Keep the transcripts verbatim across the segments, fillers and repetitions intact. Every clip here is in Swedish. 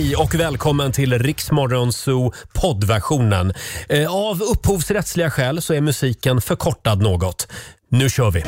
Hej och välkommen till Riksmorgon Zoo poddversionen. Av upphovsrättsliga skäl så är musiken förkortad något. Nu kör vi!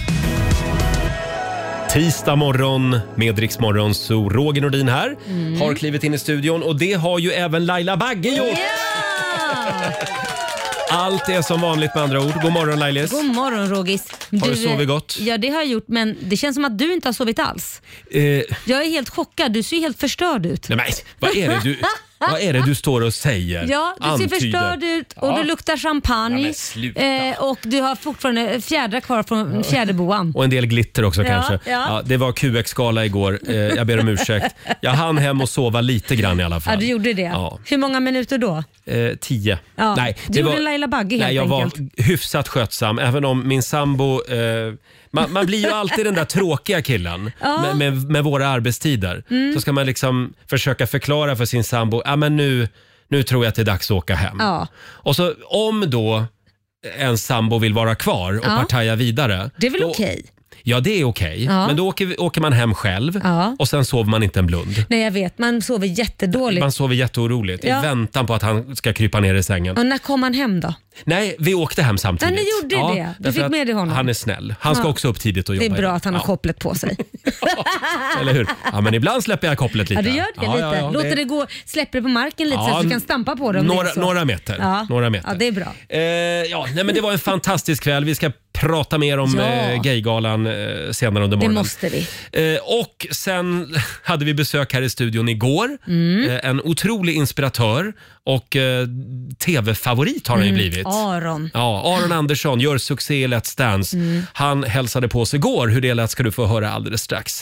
Tisdag morgon med Riksmorgon Zoo. Roger Nordin här mm. har klivit in i studion och det har ju även Laila Bagge gjort. Yeah! Allt är som vanligt med andra ord. God morgon Lailis. God morgon Rogis. Du, har du sovit gott? Ja, det har jag gjort, men det känns som att du inte har sovit alls. Eh. Jag är helt chockad, du ser helt förstörd ut. Nej, men, vad är det du... Vad är det du står och säger? Ja, du Antyder. ser förstörd ut och ja. du luktar champagne. Ja, eh, och du har fortfarande fjädrar kvar från fjäderboan. Och en del glitter också ja, kanske. Ja. Ja, det var Q X-skala igår. Eh, jag ber om ursäkt. Jag hann hem och sova lite grann i alla fall. Ja, du gjorde det. Ja. Hur många minuter då? Eh, tio. Ja. Nej, du det gjorde var, en Laila Bagge helt nej, jag enkelt. var hyfsat skötsam. Även om min sambo... Eh, man, man blir ju alltid den där tråkiga killen ja. med, med, med våra arbetstider. Mm. Så ska man liksom försöka förklara för sin sambo. Ja, men nu... Nu tror jag att det är dags att åka hem. Ja. Och så om då en sambo vill vara kvar och ja. partaja vidare. Det är väl då, okej? Okay. Ja, det är okej. Okay. Ja. Men då åker, åker man hem själv ja. och sen sover man inte en blund. Nej, jag vet. Man sover jättedåligt. Man sover jätteoroligt ja. i väntan på att han ska krypa ner i sängen. Och när kom han hem då? Nej, vi åkte hem samtidigt. Nej, ni gjorde ja, det. Du fick med dig honom. Han är snäll. Han ska ja. också upp tidigt och jobba. Det är bra att han har ja. kopplet på sig. Eller hur? Ja, men ibland släpper jag kopplet lite. Ja, det gör det ja, lite. Ja, ja, Låter det... det gå, släpper det på marken lite ja, så att du kan stampa på det. Några, några meter. Ja. Några meter. Ja, det är bra. Eh, ja, nej, men det var en fantastisk kväll. Vi ska prata mer om ja. eh, Gaygalan eh, senare under morgonen. Det måste vi. Eh, och sen hade vi besök här i studion igår. Mm. Eh, en otrolig inspiratör och eh, tv-favorit har han ju blivit. Aron. Ja, Aron Andersson gör succé i Let's Dance. Mm. Han hälsade på oss igår. Hur det lät ska du få höra alldeles strax.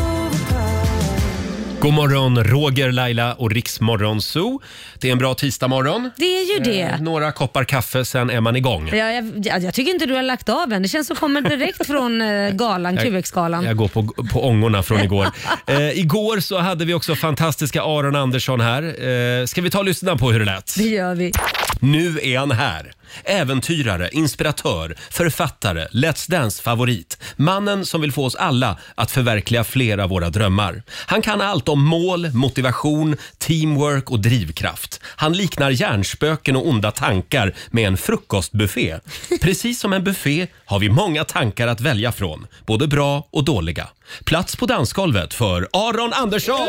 God morgon, Roger, Laila och Riksmorgon Zoo. Det är en bra tisdagmorgon. Det är ju det. Eh, några koppar kaffe, sen är man igång. Ja, jag, jag, jag tycker inte du har lagt av än. Det känns som kommer direkt från eh, galan, Q X-galan. Jag, jag går på, på ångorna från igår. eh, igår så hade vi också fantastiska Aron Andersson här. Eh, ska vi ta och lyssna på hur det lät? Det gör vi. Nu är han här. Äventyrare, inspiratör, författare, Let's Dance-favorit. Mannen som vill få oss alla att förverkliga flera av våra drömmar. Han kan allt om mål, motivation, teamwork och drivkraft. Han liknar hjärnspöken och onda tankar med en frukostbuffé. Precis som en buffé har vi många tankar att välja från. Både bra och dåliga. Plats på dansgolvet för Aron Andersson!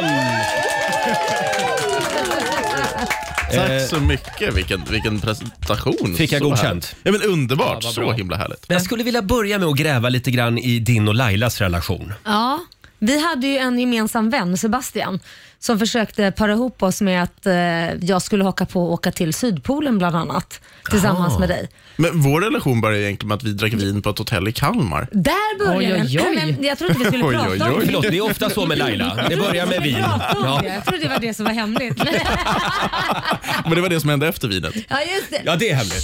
Tack så mycket, vilken, vilken presentation. Fick jag godkänt? Ja, men underbart, ja, så bra. Himla härligt. Jag skulle vilja börja med att gräva lite grann i din och Lailas relation. Ja, vi hade ju en gemensam vän, Sebastian, som försökte para ihop oss med att eh, jag skulle haka på och åka till Sydpolen bland annat, tillsammans Aha. med dig. Men vår relation började egentligen med att vi drack vin på ett hotell i Kalmar. Där började oj, oj, oj. den. Men jag trodde vi skulle prata oj, oj, oj. om det. Förlåt, det är ofta så med Laila. Det börjar med vin. Ja. Jag trodde det var det som var hemligt. Men det var det som hände efter vinet. Ja, just det. Ja, det är hemligt.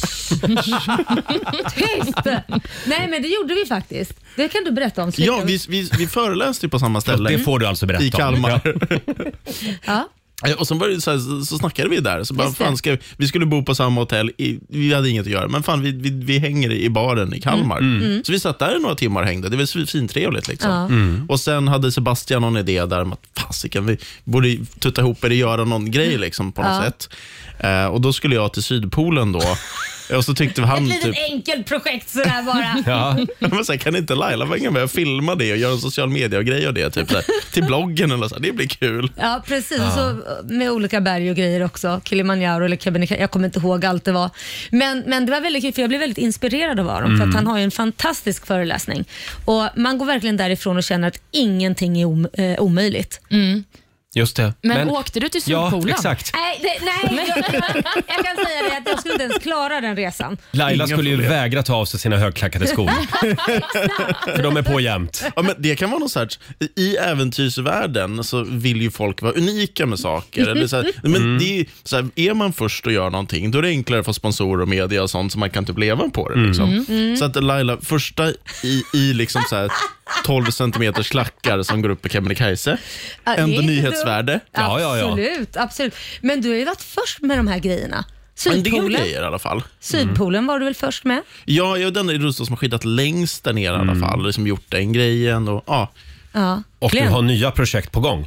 Tyst! Nej, men det gjorde vi faktiskt. Det kan du berätta om. Ja, vi, vi, vi föreläste på samma ställe. Det får du alltså berätta i Kalmar. om. Ja. Och så, var det så, här, så snackade vi där så bara, fan, ska vi, vi skulle bo på samma hotell i, vi hade inget att göra. Men fan, vi, vi, vi hänger i baren i Kalmar. Mm. Mm. Så vi satt där i några timmar och hängde. Det var fintrevligt liksom. Ja. Mm. Och sen hade Sebastian någon idé där om att fasiken, vi borde tutta ihop eller göra någon grej liksom, på något ja. sätt. Uh, och då skulle jag till Sydpolen då. Och så tyckte han ett litet typ, enkelt projekt sådär bara. Ja. Men sen kan inte Laila vara med och filma det och göra en social media och grejer och det typ såhär, till bloggen eller så. Det blir kul. Ja, precis. Ja. Så med olika berg och grejer också. Kilimanjaro eller Kebnekaise. Jag kommer inte ihåg allt det var. Men, men det var väldigt kul för jag blev väldigt inspirerad av Aron. Mm. För att han har ju en fantastisk föreläsning. Och man går verkligen därifrån och känner att ingenting är om, eh, omöjligt. Mm. Just det. Men, men åkte du till Sydpolen? Ja, exakt. Nej, det, nej jag, jag kan säga det att jag skulle inte ens klara den resan. Laila skulle ju vägra ta av sig sina högklackade skor. För de är på jämt. Ja, men det kan vara något så här, i äventyrsvärlden så vill ju folk vara unika med saker. Eller så här, men mm. det är, så här, är man först att göra någonting, då är det enklare för sponsorer och media och sånt, så man kan typ leva på det. Liksom. Mm. Mm. Så att Laila, första i, i liksom så här tolv centimeters klackar som går upp i Kebnekaise. Ja, ändå nyhetsvärde. Ja, ja, ja. Absolut, absolut. Men du har ju varit först med de här grejerna. Sydpolen. En del grejer i alla fall. Sydpolen mm. var du väl först med? Ja, jag är den i Rusta som har skidat längst där nere mm. i alla fall. Liksom gjort den grejen. Och, ja. Ja, och du har nya projekt på gång.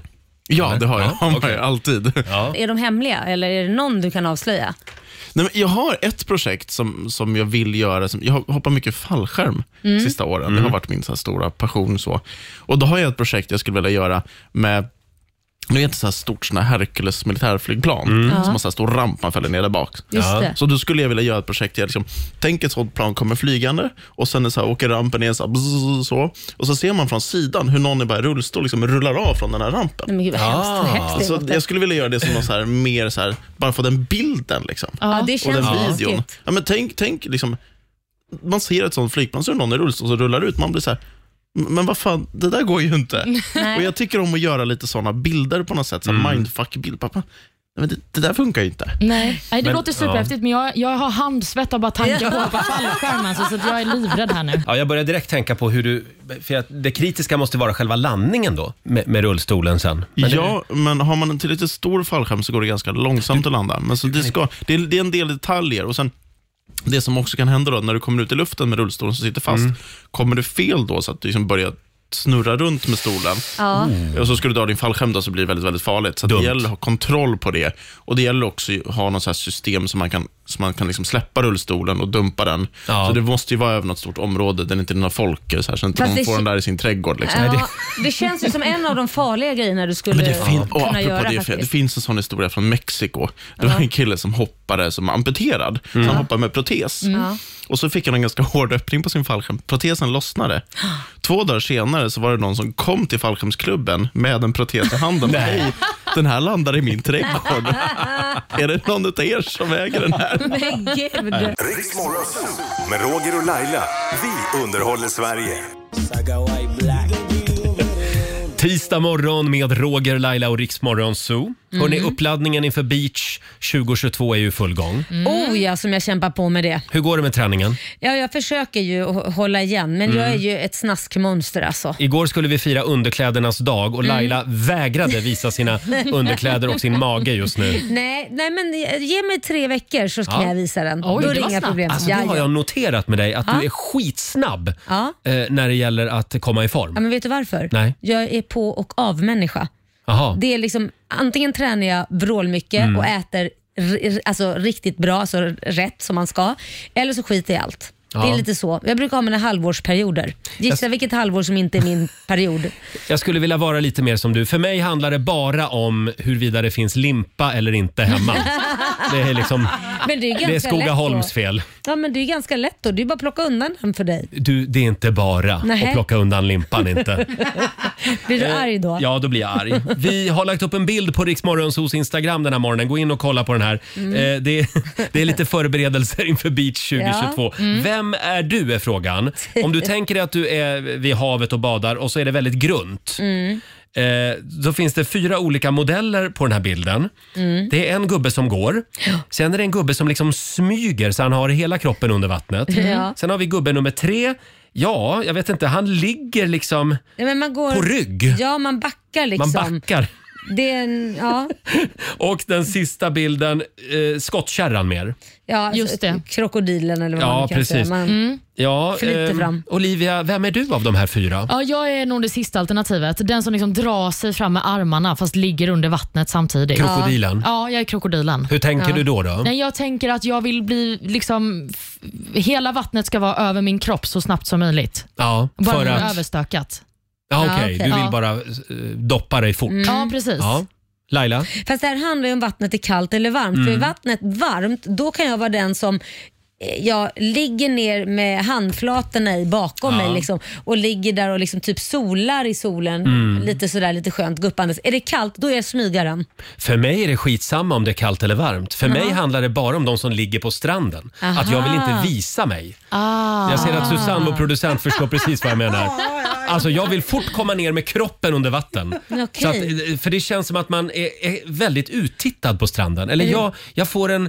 Ja, det har jag. Ja, Ja, okay. alltid. Ja. Är de hemliga eller är det någon du kan avslöja? Nej, men jag har ett projekt som, som jag vill göra. Som, jag hoppar mycket fallskärm mm. sista åren. Mm. Det har varit min så här stora passion. Så. Och då har jag ett projekt jag skulle vilja göra med, nu är inte så här stort sån här Hercules militärflygplan mm. som har så här stor ramp man fäller ner där bak. Just det. Så då skulle jag vilja göra ett projekt där jag liksom, tänk ett sådant plan kommer flygande och sen så här, åker rampen ner så, här, bzz, så och så ser man från sidan hur någon i bara rullstol liksom rullar av från den här rampen. Nej, men gud, vad hemskt, Ah. vad hemskt det Så jag skulle vilja göra det som någon så här, mer så här, bara få den bilden liksom. Ja, det Och känns den videon. läskigt. Ja, men tänk, tänk liksom, man ser ett sånt flygplan så är det någon i rullstol som rullar ut, man blir så här, men vad fan, det där går ju inte. Och jag tycker om att göra lite såna bilder på något sätt, så mm. mindfuck-bild. Pappa, men det, det där funkar ju inte. Nej, Nej det men, låter superhäftigt, ja. men jag, jag har handsvett av bara tanken på på fallskärmen, så att jag är livrädd här nu. Ja, jag börjar direkt tänka på hur du, för att det kritiska måste vara själva landningen då, med, med rullstolen sen. Men ja, det... men har man en tillräckligt stor fallskärm så går det ganska långsamt att landa. Men så det, ska, det, är, det är en del detaljer och sen det som också kan hända då, när du kommer ut i luften med rullstolen som sitter fast, mm. kommer det fel då så att du liksom börjar snurra runt med stolen Ja. Mm. och så ska du dra din fallskärm då, så blir det väldigt, väldigt farligt. Så det gäller att ha kontroll på det. Och det gäller också att ha något så här system som man kan, så man kan liksom släppa rullstolen och dumpa den. Ja. Så det måste ju vara över något stort område där det inte är några folk så, här, så inte de får den där i sin trädgård liksom. Ja, det känns ju som en av de farliga grejerna du skulle Men det fin- och kunna apropå göra det, faktiskt. det finns en sån historia från Mexiko. Det var en kille som hoppade som amputerad. Mm. Så han hoppade med protes. Mm. Och så fick han en ganska hård öppning på sin fallskärm. Protesen lossnade. Två dagar senare så var det någon som kom till fallskärmsklubben med en protes i handen. Nej, den här landar i min trädgård. Är det någon av er som äger den här? Men gud. Riks Morgonzoo med Roger och Laila. Vi underhåller Sverige. Tisdag morgon med Roger, Laila och Riks Morgonzoo. Mm. Hörrni, uppladdningen inför Beach tjugo tjugotvå är ju full gång. Mm. Oh ja, som jag kämpar på med det. Hur går det med träningen? Ja, jag försöker ju att hålla igen, men mm. jag är ju ett snaskmonster alltså. Igår skulle vi fira underklädernas dag och Laila mm. vägrade visa sina underkläder och sin mage just nu. Nej, nej men ge mig tre veckor så ska ja. jag visa den. Oj, Då är det inga snabbt. problem. Alltså, det har jag noterat med dig, att ja. du är skitsnabb ja. eh, när det gäller att komma i form. Ja, men vet du varför? Nej. Jag är på- och av-människa. Aha. Det är liksom, antingen tränar jag vrålmycket mm. och äter r- alltså, riktigt bra, alltså rätt som man ska, eller så skiter jag i allt. Ja. Det är lite så. Jag brukar ha mina halvårsperioder. Gissa jag... vilket halvår som inte är min period. Jag skulle vilja vara lite mer som du. För mig handlar det bara om huruvida det finns limpa eller inte hemma. Det är liksom men det är, det är Skogaholms fel. Ja, men det är ganska lätt då. Det är bara att plocka undan den för dig. Du, det är inte bara Nähe. att plocka undan limpan inte. Blir du arg då? Ja, då blir jag arg. Vi har lagt upp en bild på Riks Morgonzoos Instagram den här morgonen. Gå in och kolla på den här. Mm. Eh, det, är, det är lite förberedelser inför Beach tjugo tjugotvå. Ja. Mm. Vem är du är frågan. Om du tänker dig att du är vid havet och badar och så är det väldigt grunt. Mm. Eh, då finns det fyra olika modeller på den här bilden. Mm. Det är en gubbe som går. Sen är det en gubbe som liksom smyger så han har hela kroppen under vattnet. Mm. Sen har vi gubbe nummer tre. Ja, jag vet inte. Han ligger liksom ja, men man går, på rygg. Ja, man backar liksom. Man backar. Det är en, ja. Och den sista bilden, eh, skottkärran mer. Ja, just det. Krokodilen eller vad ja, man kan precis. säga. Man mm. ja, flyter eh, fram. Olivia, vem är du av de här fyra? Ja, jag är nog det sista alternativet. Den som liksom drar sig fram med armarna fast ligger under vattnet samtidigt. Krokodilen? Ja, jag är krokodilen. Hur tänker ja. du då? då? Nej, jag tänker att jag vill bli liksom f- hela vattnet ska vara över min kropp så snabbt som möjligt. Ja, bara för att... överstökat. Ja, okej. Okay. Ja, okay. Du vill ja. bara uh, doppa dig fort. Mm. Ja, precis. Ja. Laila? Fast det här handlar ju om vattnet är kallt eller varmt. Mm. För är vattnet varmt, då kan jag vara den som jag ligger ner med handflatorna i bakom ja. mig liksom, och ligger där och liksom typ solar i solen mm. lite sådär, lite skönt guppandes. Är det kallt, då är jag smygaren. För mig är det skitsamma om det är kallt eller varmt. För Aha. mig handlar det bara om de som ligger på stranden. Aha. Att jag vill inte visa mig. Ah. Jag ser att Susanne, vår producent, förstår precis vad jag menar. Alltså jag vill fort komma ner med kroppen under vatten. Okay. Så att, för det känns som att man är, är väldigt uttittad på stranden. Eller jag, jag får en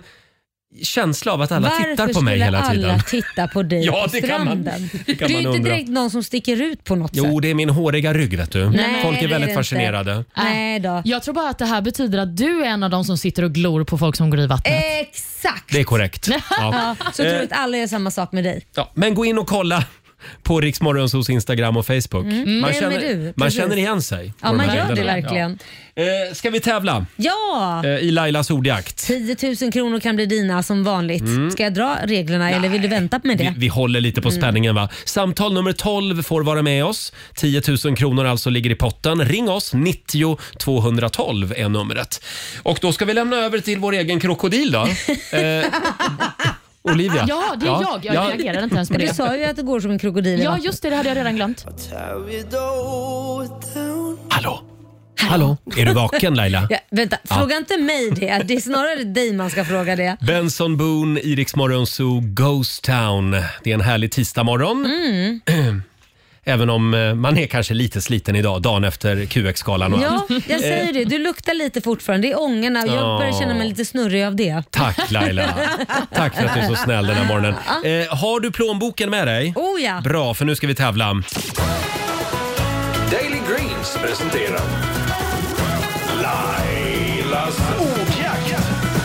känsla av att alla Varför tittar på mig hela tiden. Varför skulle alla titta på dig ja, på det stranden? Kan man, det kan du är man inte undra. direkt någon som sticker ut på något jo, sätt. Jo, det är min håriga rygg, vet du. Nej, folk är väldigt är fascinerade. Nej då. Jag tror bara att det här betyder att du är en av de som sitter och glor på folk som går i vattnet. Exakt! Det är korrekt. Ja. Ja, så tror jag att alla gör samma sak med dig. Ja, men gå in och kolla på Rix Morgonzos Instagram och Facebook. Mm. Man, Vem känner, är du? man Precis. känner igen sig. Ja, på de man här gör det bilderna. verkligen. Ja. Eh, ska vi tävla Ja! eh, i Lailas ordjakt? tio tusen kronor kan bli dina som vanligt. Ska jag dra reglerna eller vill du vänta med det? Vi, vi håller lite på spänningen va. Samtal nummer tolv får vara med oss. tio tusen kronor alltså ligger i potten. Ring oss, nittio tvåhundratolv är numret. Och då ska vi lämna över till vår egen krokodil då. Eh, Olivia. Ja, det är jag. Jag Ja. reagerade inte ens på Du det. sa ju att det går som en krokodil i Ja, vattnet. just det. Det hade jag redan glömt. Hallå? Hallå? Är du vaken Laila? Ja, vänta, fråga inte mig det. Det är snarare dig man ska fråga det. Benson Boone, i Rix Morgonzoo, Ghost Town. Det är en härlig tisdagmorgon. Mm. Även om eh, man är kanske lite sliten idag, dagen efter Q X-skalan. och- Ja, jag säger det. Du luktar lite fortfarande. Det är ångorna. Jag Ja. börjar känna mig lite snurrig av det. Tack Laila. Tack för att du är så snäll den här morgonen. Eh, har du plånboken med dig? Oh ja. Bra, för nu ska vi tävla. Daily Greens presenterar Lailas ordjakt.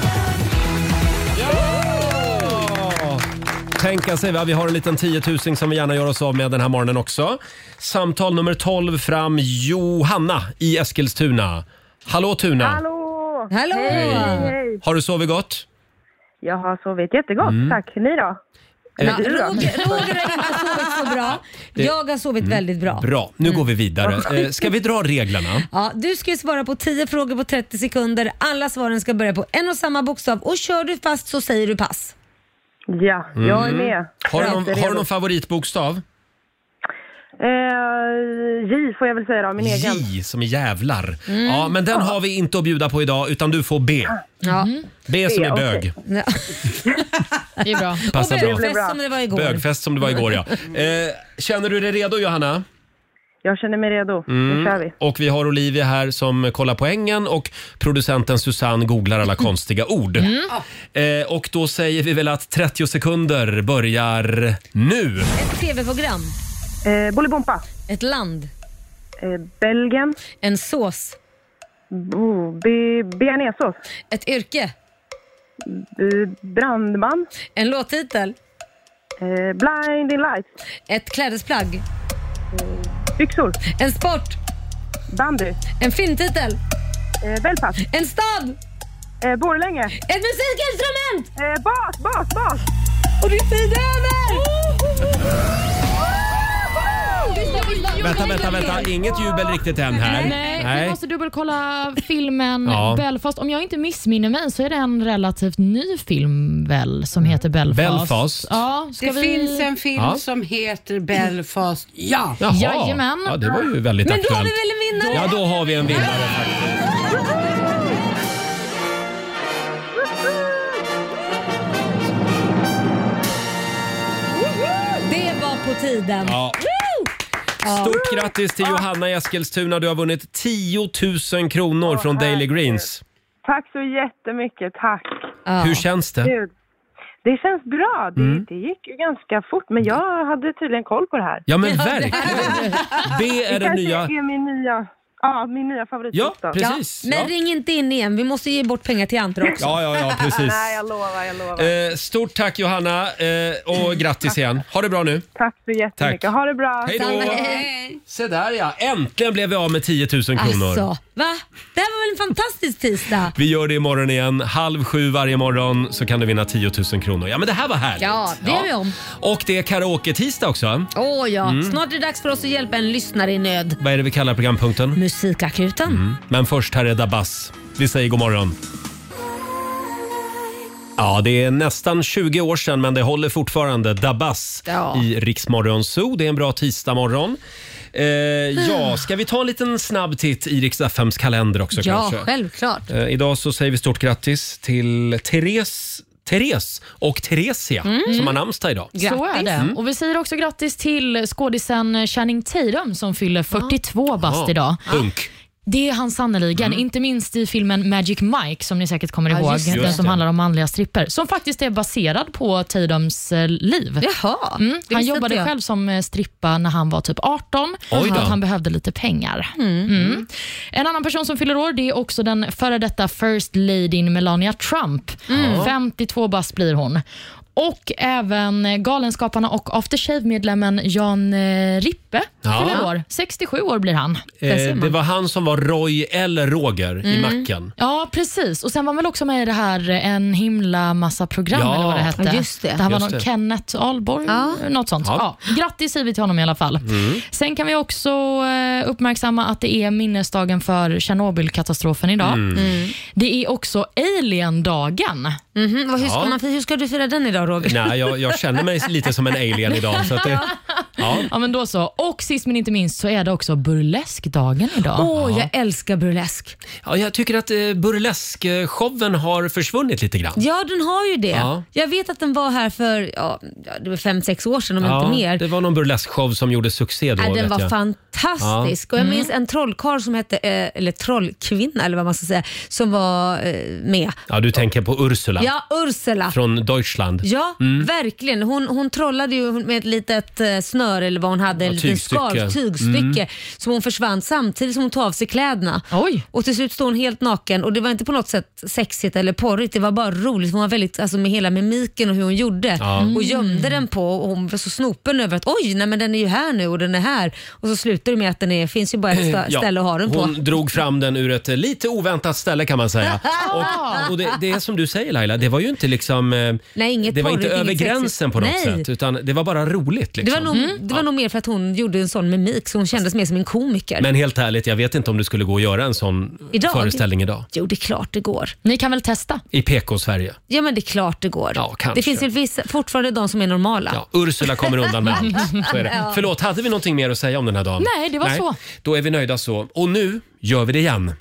Tänka sig, va? Vi har en liten tiotusing som vi gärna gör oss av med den här morgonen också. Samtal nummer tolv fram, Johanna i Eskilstuna. Hallå Tuna. Hallå! Hallå! Hej, hej. Har du sovit gott? Jag har sovit jättegott, Mm. tack. Ni då? Ja, Eller du då? Roger, Roger har inte sovit så bra. Jag har sovit väldigt bra. Bra, nu går vi vidare. Eh, ska vi dra reglerna? Ja, du ska ju svara på tio frågor på trettio sekunder. Alla svaren ska börja på en och samma bokstav. Och kör du fast så säger du pass. Ja, jag är med. Har du Jag är någon, redo. har du någon favoritbokstav? Eh, J får jag väl säga då, min egen. J som i jävlar. Ja, men den har vi inte att bjuda på idag utan du får B. Ja. B som är okej. bög. Ja. Det är bra. Och Passar bra. bögfest som det var igår. Bögfest som det var igår ja. Eh, känner du dig redo Johanna? Jag känner mig redo. Nu kör vi. Och vi har Olivia här som kollar poängen och producenten Susanne googlar alla konstiga ord. Eh, och då säger vi väl att trettio sekunder börjar nu. Ett tv-program. Eh, Bolibompa. Ett land. Eh, Belgien. En sås. Oh, be, bearnaisesås. Ett yrke. Eh, brandman. En låttitel. Eh, blinding lights. Ett klädesplagg. Byxor. En sport. Bandy. En filmtitel. Eh, Belfast. En stad. Eh, Borlänge. Ett musikinstrument. Eh, bas, bas, bas. Och din tid är över! Vänta, vänta, vänta. Inget jubel riktigt än här. Nej, vi måste dubbelkolla filmen Ja. Belfast. Om jag inte missminner mig så är det en relativt ny film väl som heter Belfast. Belfast? Ja, ska Det vi... finns en film Ja. som heter Belfast. Ja! Jaha. Jajamän. Ja, det var ju väldigt Men då har aktuellt. vi väl en vinnare? Ja, då har vi en vinnare faktiskt. Det var på tiden. Ja. Stort grattis till Johanna i Eskilstuna. Du har vunnit tio tusen kronor från Daily Greens. Tack så jättemycket, tack. Ja. Hur känns det? Gud. Det känns bra. Det, Mm. det gick ju ganska fort, men jag hade tydligen koll på det här. Ja, men verkligen. Det är den kanske nya... är min nya, ja, min nya Ja, favoritbokstav. precis. Men Ja. ring inte in igen. Vi måste ge bort pengar till andra också. Ja, ja, ja, precis. Nej, jag lovar, jag lovar. Eh, stort tack Johanna eh, och grattis igen. Ha det bra nu. Tack så jättemycket. Tack. Ha det bra. Hej då! Hej. Se där ja, äntligen blev vi av med tio tusen kronor. Alltså, va? Det här var väl en fantastisk tisdag? Vi gör det imorgon igen. Halv sju varje morgon så kan du vinna tio tusen kronor. Ja, men det här var härligt. Ja, det gör vi om. Och det är karaoke-tisdag också. Åh ja, Mm. snart är det dags för oss att hjälpa en lyssnare i nöd. Vad är det vi kallar programpunkten? Musikakuten. Men först här är Dabas. Vi säger god morgon. Ja, det är nästan tjugo år sedan men det håller fortfarande. Dabas Ja. i Rix Morgon Zoo. Det är en bra tisdagmorgon. Eh, ja, ska vi ta en liten snabb titt i Rix F M:s kalender också Ja, kanske? självklart. Eh, idag så säger vi stort grattis till Therese, Therese och Theresia som har namnsdag idag. Så är det. Och vi säger också grattis till skådisen Channing Tatum som fyller fyrtiotvå bast idag. Punk. Det är han sannoliken, inte minst i filmen Magic Mike som ni säkert kommer Ja, ihåg. just det. Den Just som det. handlar om manliga stripper. Som faktiskt är baserad på Tatums eh, liv. Jaha, Mm. det Han visste jobbade inte jag. själv som eh, strippa när han var typ arton. Oj då. För att han behövde lite pengar. Mm. En annan person som fyller år det är också den före detta First Ladyn Melania Trump. femtiotvå bast blir hon. Och även Galenskaparna och After Shave-medlemmen Jan eh, Rippe Ja. fyller år. sextiosju år blir han. Eh, det var han som var Roy eller Roger i Macken. Ja, precis. Och sen var han väl också med i det här En himla massa program, Ja. eller vad det hette. Ja, just det. Det här var Just någon det. Kenneth Ahlborg, Ja. något sånt. Ja. Ja. Grattis säger vi till honom i alla fall. Sen kan vi också eh, uppmärksamma att det är minnesdagen för Tjernobylkatastrofen idag. Det är också Alien-dagen. Mhm, vad- hur, ska Ja. man, hur ska du fira den idag, Roger? Nej, jag, jag känner mig lite som en alien idag. Så att det, ja. Ja, men då så. Och sist men inte minst så är det också burleskdagen idag. Åh, jag älskar burlesk. Ja, jag tycker att eh, burleskshowen har försvunnit lite grann. Ja, den har ju det. Ja. Jag vet att den var här för ja, det var fem, sex år sedan, om Ja, inte mer. det var någon burleskshow som gjorde succé då. Nej, den vet var jag. fantastisk. Och jag minns en trollkarl som hette, eh, eller trollkvinna eller vad man ska säga, som var eh, med. Ja, du tänker på Ursula Ja, Ursula. från Deutschland. Ja, verkligen. Hon, hon trollade ju med ett litet eh, snöre eller vad hon hade, en Ja, liten tygstycke. skarv, tygstycke, som hon försvann samtidigt som hon tog av sig kläderna. Oj. Och till slut stod hon helt naken och det var inte på något sätt sexigt eller porrigt, det var bara roligt. Hon var väldigt, alltså med hela mimiken och hur hon gjorde och gömde den på, och hon var så snopen över att oj, nej men den är ju här nu och den är här. Och så slutar det med att den är, finns ju bara ett sta- Ja, ställe att ha den på. hon drog fram den ur ett eh, lite oväntat ställe kan man säga. Och, och det, det är som du säger Laila, det var ju inte liksom eh, Nej, inget det var inte porrigt, över inget gränsen sexigt. på något Nej. sätt, utan det var bara roligt. Det Liksom. var, nog, det var nog mer för att hon gjorde en sån mimik så hon kändes mer som en komiker. Men helt ärligt, jag vet inte om du skulle gå och göra en sån Idag? föreställning idag. Jo, det är klart det går. Ni kan väl testa? I P K-Sverige. Ja, men det är klart det går. Ja, kanske. Det finns ju vissa, fortfarande de som är normala. Ja, Ursula kommer undan med allt. Så är det. Förlåt, hade vi någonting mer att säga om den här dagen? Nej, det var så. Då är vi nöjda så. Och nu gör vi det igen.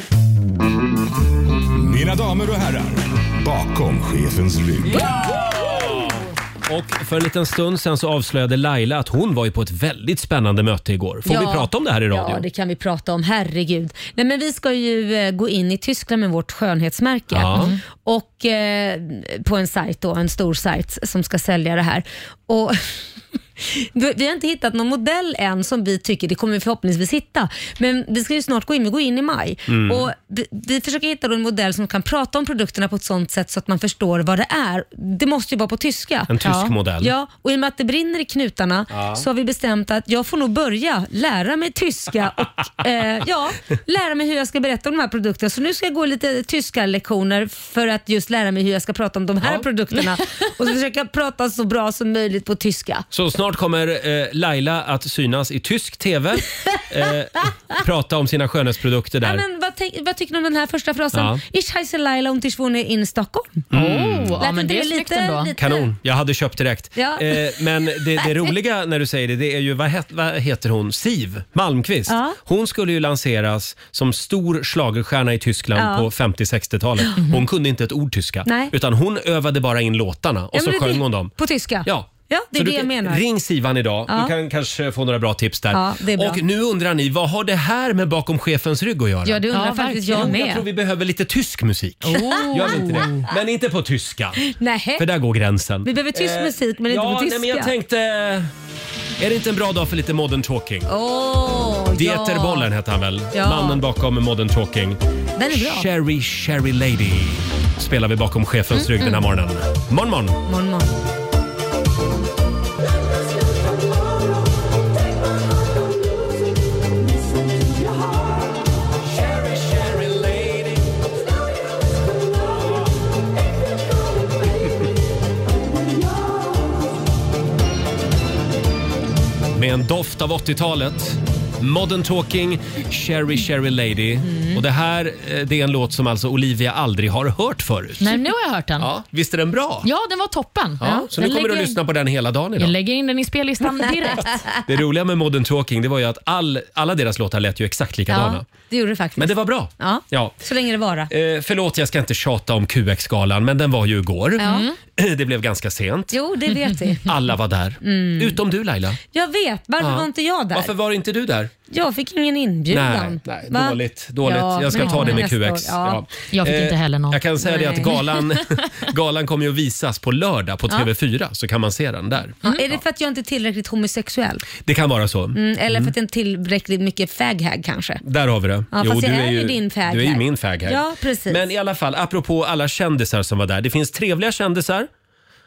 Mina damer och herrar, bakom chefens rygg. Och för en liten stund sen så avslöjade Laila att hon var ju på ett väldigt spännande möte igår. Får Ja. vi prata om det här i radio? Ja, det kan vi prata om. Herregud. Nej, men vi ska ju eh, gå in i Tyskland med vårt skönhetsmärke. Ja. Mm. Och eh, på en sajt då, en stor sajt som ska sälja det här. Och vi har inte hittat någon modell än som vi tycker, det kommer vi förhoppningsvis hitta. Men vi ska ju snart gå in, vi går in i maj. Mm. Och vi, vi försöker hitta då en modell som kan prata om produkterna på ett sånt sätt så att man förstår vad det är. Det måste ju vara på tyska. En tysk ja. modell. Ja, och i och med att det brinner i knutarna så har vi bestämt att jag får nog börja lära mig tyska och eh, ja, lära mig hur jag ska berätta om de här produkterna. Så nu ska jag gå lite tyska lektioner för att just lära mig hur jag ska prata om de här Ja. produkterna och så försöka prata så bra som möjligt på tyska. Så snart kommer eh, Laila att synas i tysk tv, eh, prata om sina skönhetsprodukter Ja, där. men vad, tänk- vad tycker du om den här första frasen? Ja. Ich heiße Laila und ich wohne in Stockholm. Oh, Lät ja, men inte det är det snyggt lite- ändå. lite- Kanon, jag hade köpt direkt. Ja. Eh, men det, det roliga när du säger det, det är ju, vad, het, vad heter hon? Siv Malmkvist. Ja. Hon skulle ju lanseras som stor schlagerstjärna i Tyskland Ja. på femtio-sextiotalet. Hon kunde inte ett ord tyska, Nej. utan hon övade bara in låtarna och Ja, så men det- sjöng hon dem. På tyska? Ja. Ja, det Så är du det jag kan- menar. Ring Sivan idag. Ja. Du kan kanske få några bra tips där. Ja, det är bra. Och nu undrar ni, vad har det här med bakom chefens rygg att göra? Ja, det undrar Ja, faktiskt verkligen. jag Jo, med. jag tror vi behöver lite tysk musik. Gör vi inte det? Men inte på tyska. Nej. För där går gränsen. Vi behöver tysk Eh, musik, men inte ja, på nej, men jag tyska. tänkte, är det inte en bra dag för lite modern talking? Åh, Dieter ja. Bollen heter han väl? Ja. Mannen bakom modern talking. Den är bra. Cherry Cherry Lady spelar vi bakom chefens rygg den här morgonen. Morgon, morgon. Morgon, morgon. Med en doft av åttiotalet. Modern Talking, Cherry Cherry Lady. Mm. Och det här eh, det är en låt som alltså Olivia aldrig har hört förut. Nej, nu har jag hört den. Ja, Ja, visst är den bra? den var toppen. Ja, så nu Jag kommer du att lägger- lyssna på den hela dagen Jag idag. lägger in den i spellistan direkt. Det roliga med Modern Talking det var ju att all, alla deras låtar lät ju exakt likadana. Ja, det gjorde det faktiskt. Men det var bra. Ja, Ja. så länge det vara. Eh, förlåt, jag ska inte tjata om Q X-galan, men den var ju igår. Ja. Det blev ganska sent. Jo, det vet vi. Alla var där. Utom du Laila. Jag vet. Varför Ja. var inte jag där? Varför var inte du där? Jag fick ingen inbjudan. Nej, nej Va? dåligt. dåligt. Ja, jag ska men ta det med nästa Q X. år. Ja. Jag fick inte heller någon. Jag kan säga det att Nej. galan, galan kommer ju att visas på lördag på T V fyra, så kan man se den där. Ja, är det för att jag inte är tillräckligt homosexuell? Det kan vara så. Mm, eller för att jag inte är tillräckligt mycket faghag kanske? Där har vi det. Ja, fast jag är ju din fag Du är ju här. min fag här. Ja, precis. Men i alla fall, apropå alla kändisar som var där. Det finns trevliga kändisar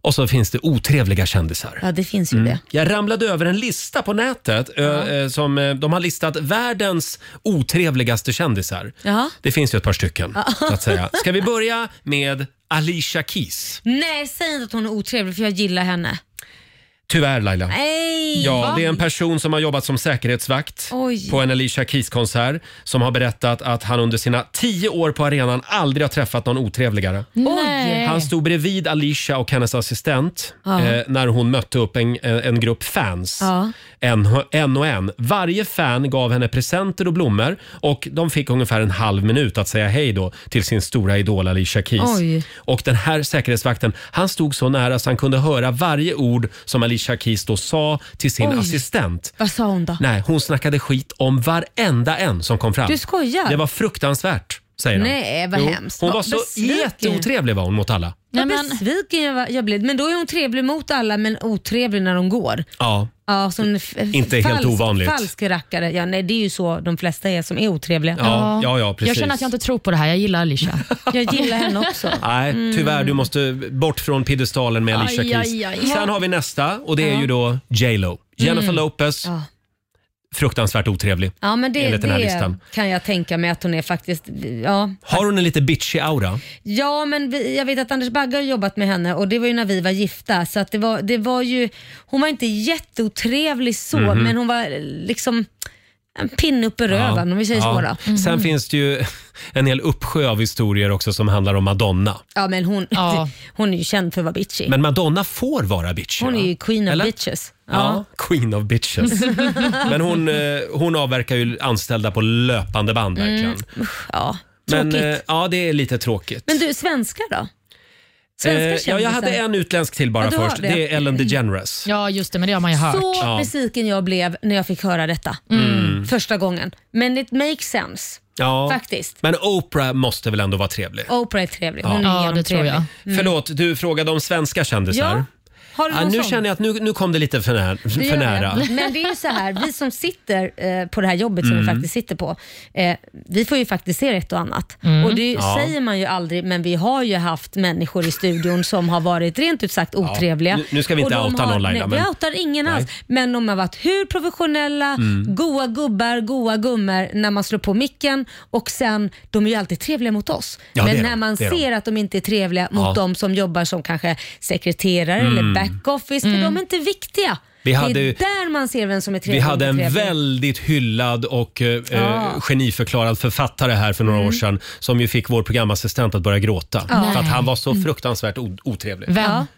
Och så finns det otrevliga kändisar. Ja, det finns ju mm. det. Jag ramlade över en lista på nätet ja. ö, som ö, de har listat världens otrevligaste kändisar. Ja. Det finns ju ett par stycken, ja. så att säga. Ska vi börja med Alicia Keys? Nej, säg inte att hon är otrevlig för jag gillar henne. Tyvärr, Laila. Nej. Ja, det är en person som har jobbat som säkerhetsvakt Oj. på en Alicia Keys-konsert som har berättat att han under sina tio år på arenan aldrig har träffat någon otrevligare. Oj. Han stod bredvid Alicia och hennes assistent ja. eh, när hon mötte upp en, en grupp fans. Ja. En, en och en. Varje fan gav henne presenter och blommor och de fick ungefär en halv minut att säga hej då till sin stora idol Alicia Keys. Oj. Och den här säkerhetsvakten, han stod så nära så han kunde höra varje ord som Alicia Keys då sa till sin Oj. assistent. Vad sa hon då? Nej, hon snackade skit om varenda en som kom fram. Du skojar? Det var fruktansvärt, säger han. Nej, vad jo, hemskt. Hon vad var så besviken. jätteotrevlig var hon mot alla. Vad besviken jag, var, jag blev. Men då är hon trevlig mot alla men otrevlig när de går. Ja. Ja, så en f- inte falsk, helt ovanligt. Falsk rackare. Ja, nej, det är ju så de flesta är som är otrevliga. Ja, ja, ja, precis. Jag känner att jag inte tror på det här. Jag gillar Alicia. Jag gillar henne också. Nej, tyvärr. Du måste bort från piedestalen med Alicia Aj, Keys. aj, aj. Sen har vi nästa och det är ju då J Lo. Jennifer Mm. Lopez. Ja. Fruktansvärt otrevlig. Ja, men det, enligt den här det listan. kan jag tänka mig att hon är faktiskt. Ja, Har hon en lite bitchy aura? ja men vi, jag vet att Anders Bagge har jobbat med henne och det var ju när vi var gifta. Så att det, var, det var ju, hon var inte jätteotrevlig så, Mhm. men hon var liksom en pinne upp i röven om vi säger så då. Mhm. Sen finns det ju en hel uppsjö av historier också som handlar om Madonna. Ja, men hon, Ja. hon är ju känd för att vara bitchy. Men Madonna får vara bitchy. Hon är va? ju queen of Eller? bitches. Ja, Ja. queen of bitches. Men hon, eh, hon avverkar ju anställda på löpande band verkligen. Ja, Men tråkigt. eh, ja, det är lite tråkigt. Men du, svenskar då? Svenska Eh, ja, jag kändisar. hade en utländsk till bara Ja, du har först. det. Det är Ellen DeGeneres. Ja, just det, men det har man ju hört. Så Ja. besviken jag blev när jag fick höra detta. Första gången. Men it makes sense. Ja. Faktiskt. Men Oprah måste väl ändå vara trevlig? Oprah är trevlig. Hon Ja. är Ja, genom det tror trevlig. jag. Förlåt, du frågade om svenska kändisar. Ja. Har du Ja, någon nu sån? känner jag att nu, nu kom det lite för, nära, Det för gör nära. det. Men det är ju så här, vi som sitter eh, på det här jobbet som vi faktiskt sitter på, eh, vi får ju faktiskt se ett och annat. Och det Ja. säger man ju aldrig, men vi har ju haft människor i studion som har varit rent ut sagt otrevliga. Nu- nu ska vi inte Och de outa har, någon, Laila, Nej, men- vi outar ingen Nej. alls. Men de har varit hur professionella, Mm. goa gubbar, goa gummor när man slår på micken och sen, de är ju alltid trevliga mot oss. Ja, det men är när de. man Det är de. ser att de inte är trevliga mot Ja. de som jobbar som kanske sekreterare eller backoffice, för de är inte viktiga. Vi hade det är ju- där man ser vem som är trevlig. Vi hade och en inte trevlig. väldigt hyllad och eh, Ja. geniförklarad författare här för några år sedan som ju fick vår programassistent att börja gråta. För att han var så fruktansvärt o- otrevlig. Vem? Ja.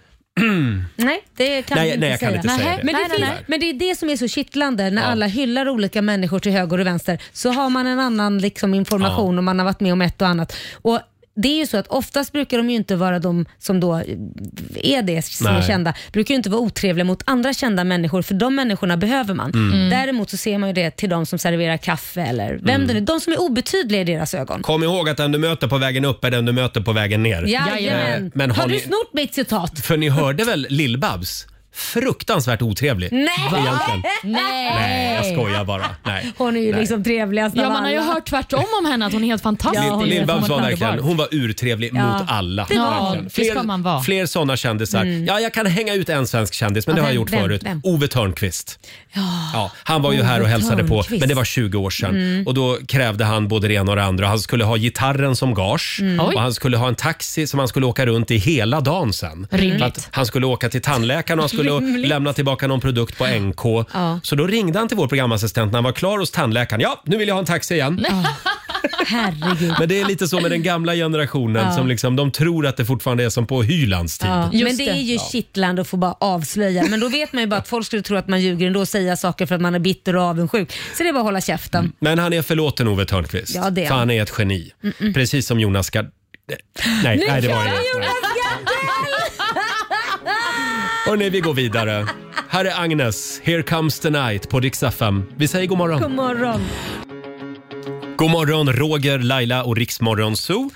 Nej, det kan Nej, vi inte nej, jag kan säga. inte säga Nej, det. Men, det Nej, nej, finns, nej. men det är det som är så kittlande när Ja. alla hyllar olika människor till höger och vänster. Så har man en annan liksom, information Ja. och man har varit med om ett och annat. Och det är ju så att oftast brukar de ju inte vara de som då är det som är Nej. kända. Brukar ju inte vara otrevliga mot andra kända människor, för de människorna behöver man. Mm. Däremot så ser man ju det till de som serverar kaffe eller vem det är. De som är obetydliga i deras ögon. Kom ihåg att den du möter på vägen upp är den du möter på vägen ner. Jajamän. Eh, Men har, har du ni, snott mitt citat? för ni hörde väl Lill-Babs? Fruktansvärt otrevlig. Nej! Egentligen. Nej. Nej, jag skojar bara. Nej. Hon är ju Nej. liksom trevligast Ja, av man har ju alla. hört tvärtom om henne, att hon är helt fantastisk. Ja, hon är Lill- Lill-Babs var underbar. verkligen, hon var urtrevlig Ja, mot alla. det var hon. Verkligen. Det ska man vara. Fler sådana kändisar. Ja, jag kan hänga ut en svensk kändis, men Ja, det har jag vem, gjort vem, förut. vem? Ove Törnqvist. Ja, han var ju Ove här och hälsade på, Thörnqvist. men det var tjugo år sedan. Och då krävde han både det ena och det andra. Han skulle ha gitarren som gage Oj. och han skulle ha en taxi som han skulle åka runt i hela dagen sen. Rimligt. För att han skulle åka till tandläkaren och han skulle Rimligt. lämna tillbaka någon produkt på N K. Ja. Så då ringde han till vår programassistent när han var klar hos tandläkaren. Ja, nu vill jag ha en taxi igen. Herregud. Men det är lite så med den gamla generationen Ja. som liksom, de tror att det fortfarande är som på Hylands tid. Ja, Just men det är det. ju kittlande att få bara avslöja. Men då vet man ju bara att folk skulle tro att man ljuger ändå och säga saker för att man är bitter och avundsjuk. Så det är bara att hålla käften. Men han är förlåten, Ove Thörnqvist. Ja, det är för han. han är ett geni. Precis som Jonas Gard... Nej, nej, det var det inte. Hörrni, vi går vidare. Här är Agnes, Here comes the night på Rix F M. Vi säger god morgon. God morgon. God morgon, Roger, Laila och Riksmorgon Zoo.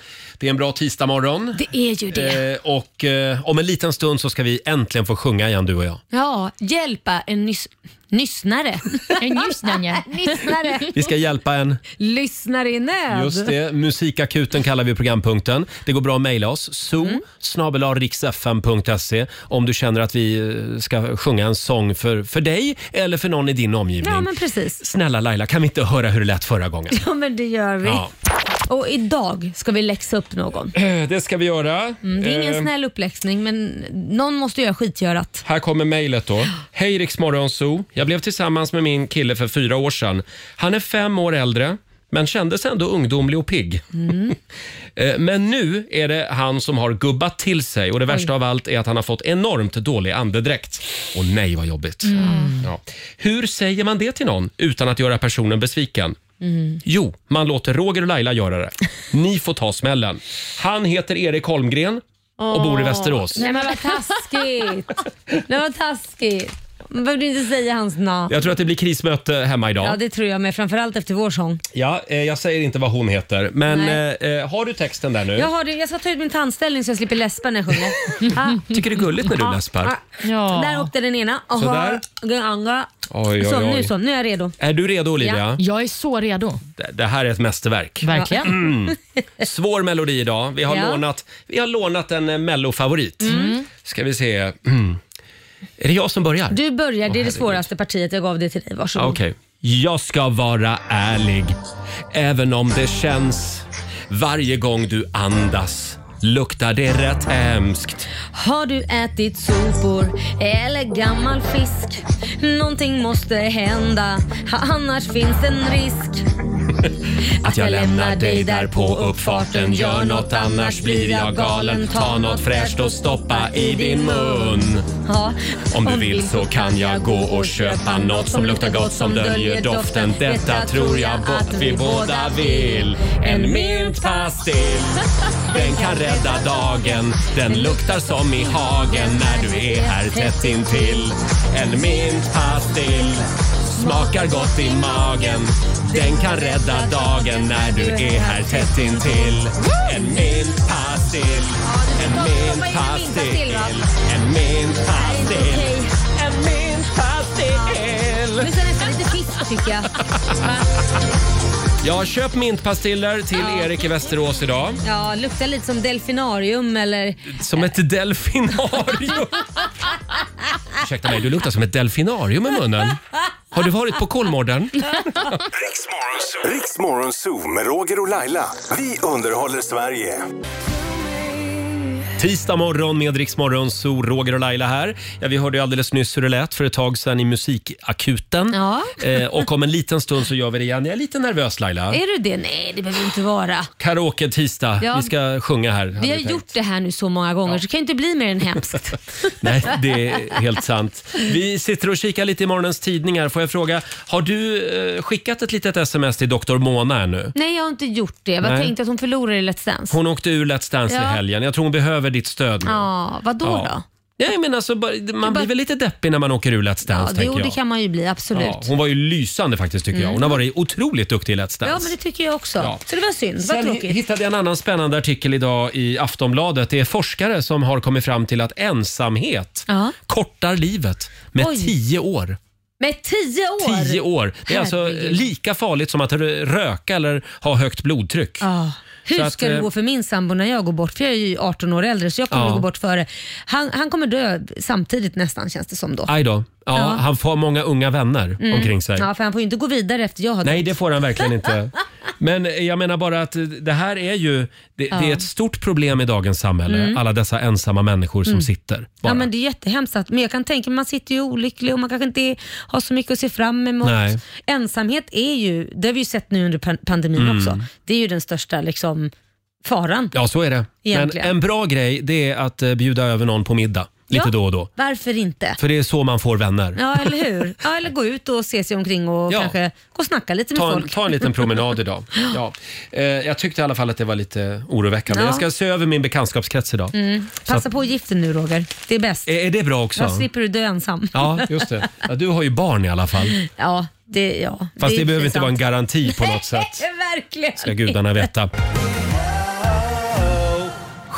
Det är en bra tisdagmorgon. Det är ju det. Eh, och eh, om en liten stund så ska vi äntligen få sjunga igen, du och jag. Ja, hjälpa en nys- nyssnare. En lyssnare. Nyssnare. Vi ska hjälpa en... Lyssnare i nöd. Just det, musikakuten kallar vi programpunkten. Det går bra att mejla oss. zoo Mm. snabel-a riksfm punkt se om du känner att vi ska sjunga en sång för, för dig eller för någon i din omgivning. Ja, men precis. Snälla Laila, kan vi inte höra hur det lät förra gången? Ja, men det gör vi. Ja. Och idag ska vi läxa upp någon. Eh, Det ska vi göra. Mm, det är ingen Eh, snäll uppläxning, men någon måste göra skitgörat. Här kommer mejlet då. Hej Rix Morgonzoo. Jag blev tillsammans med min kille för fyra år sedan. Han är fem år äldre, men kändes ändå ungdomlig och pigg. Mm. Eh, Men nu är det han som har gubbat till sig och det värsta av allt är att han har fått enormt dålig andedräkt. Och nej vad jobbigt. Mm. Ja. Hur säger man det till någon utan att göra personen besviken? Mm. Jo, man låter Roger och Laila göra det. Ni får ta smällen. Han heter Erik Holmgren och bor i Västerås. Nej, men vad taskigt. Det var taskigt. Man behövde inte säga hans namn. Jag tror att det blir krismöte hemma idag. Ja, det tror jag med. Framförallt efter vår sång. Ja, eh, jag säger inte vad hon heter. Men Nej. eh, har du texten där nu? Jag, har det, jag ska ta ut min tandställning så jag slipper läspa när jag sjunger. Ah. Tycker det är gulligt när du läspar? Ah. Ja. Där åkte den ena. Och Sådär. den andra. Oj, oj, Så, nu oj. så. Nu är jag redo. Är du redo Olivia? Ja. Jag är så redo. Det, det här är ett mästerverk. Verkligen. Mm. Svår melodi idag. Vi har, Ja. lånat, vi har lånat en eh, mellofavorit. Ska vi se. Mm. Är det jag som börjar? Du börjar. Det är det herregud. svåraste partiet. Jag gav det till dig. Varsågod. Okej. Jag ska vara ärlig, även om det känns varje gång du andas luktar det rätt hemskt. Har du ätit sopor eller gammal fisk? Någonting måste hända, annars finns en risk. Att jag lämnar dig där på uppfarten. Gör något annars blir jag galen. Ta något fräscht och stoppa i din mun. Ja. Om du vill så kan jag gå och köpa något som luktar gott, som döljer doften. Detta tror jag att vi båda vill. En mintpastill, den kan rädda dagen. Den luktar som i hagen när du är här tätt intill. En mintpastill smakar gott i magen. Den kan rädda dagen när du är här tätt intill. En mintpastill, en mintpastill, en mintpastill, en mintpastill. Nu ser nästan lite fisk tycker jag. Jag har köpt mintpastiller till Ja. Erik i Västerås idag. Ja, luktar lite som delfinarium eller... Som ett delfinarium. Ursäkta mig, du luktar som ett delfinarium i munnen. Har du varit på Kolmården? Rix Morgonzoo med Roger och Laila. Vi underhåller Sverige. Tisdag morgon med Rix Morgonzoo, Roger och Laila här. Ja, vi hörde ju alldeles nyss hur det lät för ett tag sedan i musikakuten. Ja. Eh, och om en liten stund så gör vi det igen. Jag är lite nervös Laila. Är du det? Nej, det behöver inte vara. Karaoke tisdag. Ja. Vi ska sjunga här. Vi hade har tänkt. gjort det här nu så många gånger så det kan inte bli mer än hemskt. Nej, det är helt sant. Vi sitter och kikar lite i morgonens tidningar. Får jag fråga, har du eh, skickat ett litet sms till doktor Mona ännu? Nej, jag har inte gjort det. Jag Nej. tänkte att hon förlorar i Let's Dance. Hon åkte ur Let's Dance Ja. i helgen. Jag tror hon behöver ditt stöd nu. Ja, vad då Ja. då? Ja, men alltså, bara- man bara- blir väl lite deppig när man åker ur Let's Ja, Dance, det, tänker och det jag. kan man ju bli, absolut. Ja, hon var ju lysande faktiskt tycker jag. Hon har varit otroligt duktig i Let's Dance. Ja, men det tycker jag också. Ja. Så det var synd. Vad Sen tråkigt. hittade jag en annan spännande artikel idag i Aftonbladet. Det är forskare som har kommit fram till att ensamhet Ja. kortar livet med Oj. tio år. Med tio år? Tio år. Det är alltså Herregud. lika farligt som att röka eller ha högt blodtryck. Ja. Hur Så att, ska det eh, gå för min sambo när jag går bort? För jag är ju arton år äldre så jag kommer Ja. att gå bort före. Han, han kommer dö samtidigt nästan känns det som då. Aj då. Ja, Ja. Han får många unga vänner omkring sig. Ja, för han får ju inte gå vidare efter jag har Nej, dött. det får han verkligen inte. Men jag menar bara att det här är ju det, det är ett stort problem i dagens samhälle. Alla dessa ensamma människor som sitter bara. Ja, men det är jättehemskt. Att, men jag kan tänka mig man sitter ju olycklig och man kanske inte har så mycket att se fram emot. Nej. Ensamhet är ju, det har vi ju sett nu under pan- pandemin också. Det är ju den största liksom, faran. Ja, så är det. Egentligen. Men en bra grej det är att eh, bjuda över någon på middag lite Ja. då och då. Varför inte? För det är så man får vänner. Ja, eller hur? Ja, eller gå ut och se sig omkring och Ja. kanske gå och snacka lite med Ta en, folk. ta en liten promenad idag. Ja. Eh, jag tyckte i alla fall att det var lite oroväckande. Ja. Jag ska se över min bekantskapskrets idag. Mm. Passa på giften nu Roger. Det är bäst. Är, är det bra också? Då slipper du dö ensam. Ja, just det. Ja, du har ju barn i alla fall. Ja, det, ja. Fast det, är behöver inte sant. vara en garanti på något sätt. Verkligen. Ska gudarna veta.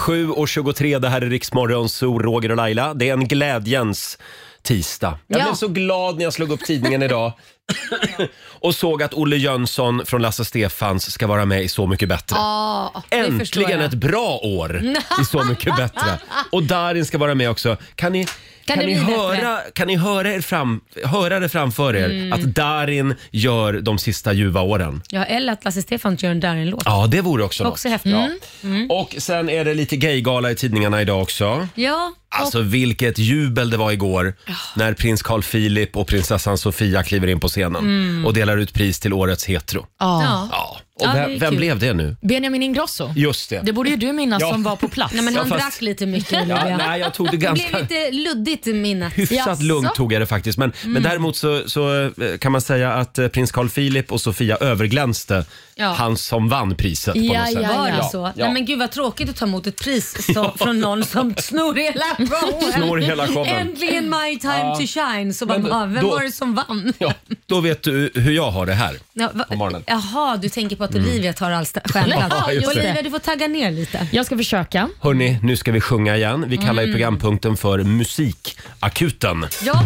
sju och tjugotre, det här är Riksmorgon, så Roger och Laila. Det är en glädjens tisdag. Jag Ja. blev så glad när jag slog upp tidningen idag och såg att Olle Jönsson från Lasse Stefans ska vara med i Så mycket bättre. Ja, det förstår Äntligen jag. ett bra år i Så mycket bättre. Och Darin ska vara med också. Kan ni, kan det ni, bli höra, bättre? kan ni höra, er fram, höra det framför er Mm. att Darin gör de sista ljuva åren? Ja, eller att Lasse Stefans gör en Darin-låt. Ja, det vore också, Också något. häftigt. Ja. Mm. Och sen är det lite gaygala i tidningarna idag också. Ja, Alltså vilket jubel det var igår när prins Carl Philip och prinsessan Sofia kliver in på scenen Mm. och delar ut pris till årets hetero. Ja. ja. Ja. Och Ja, det vem, är vem kul. blev det nu? Benjamin Ingrosso. Just det. Det borde ju du minnas Ja. som var på plats. Nej, men Ja, han fast- drack lite mycket, Ja, Olivia. nej, jag tog det Det ganska blev lite luddigt i minnet. hyfsat Jaså? lugnt tog jag det faktiskt. Men, men däremot så, så eh, kan man säga att eh, prins Carl Philip och Sofia överglänste Ja. han som vann priset på Ja, något sätt. ja, Var det ja. så? Ja. Nej, men gud vad tråkigt att ta emot ett pris som, från någon som snor hela showen. Snor hela showen. Äntligen my time Ja. to shine. Så bara, Men ah, vem då- var det som vann? Ja, då vet du hur jag har det här Ja, va, på morgonen. jaha, du tänker på att Olivia tar all sta- stjärnplats. Ja, just det. Olivia, du får tagga ner lite. Jag ska försöka. Hörni, nu ska vi sjunga igen. Vi kallar ju programpunkten för Musikakuten. Ja,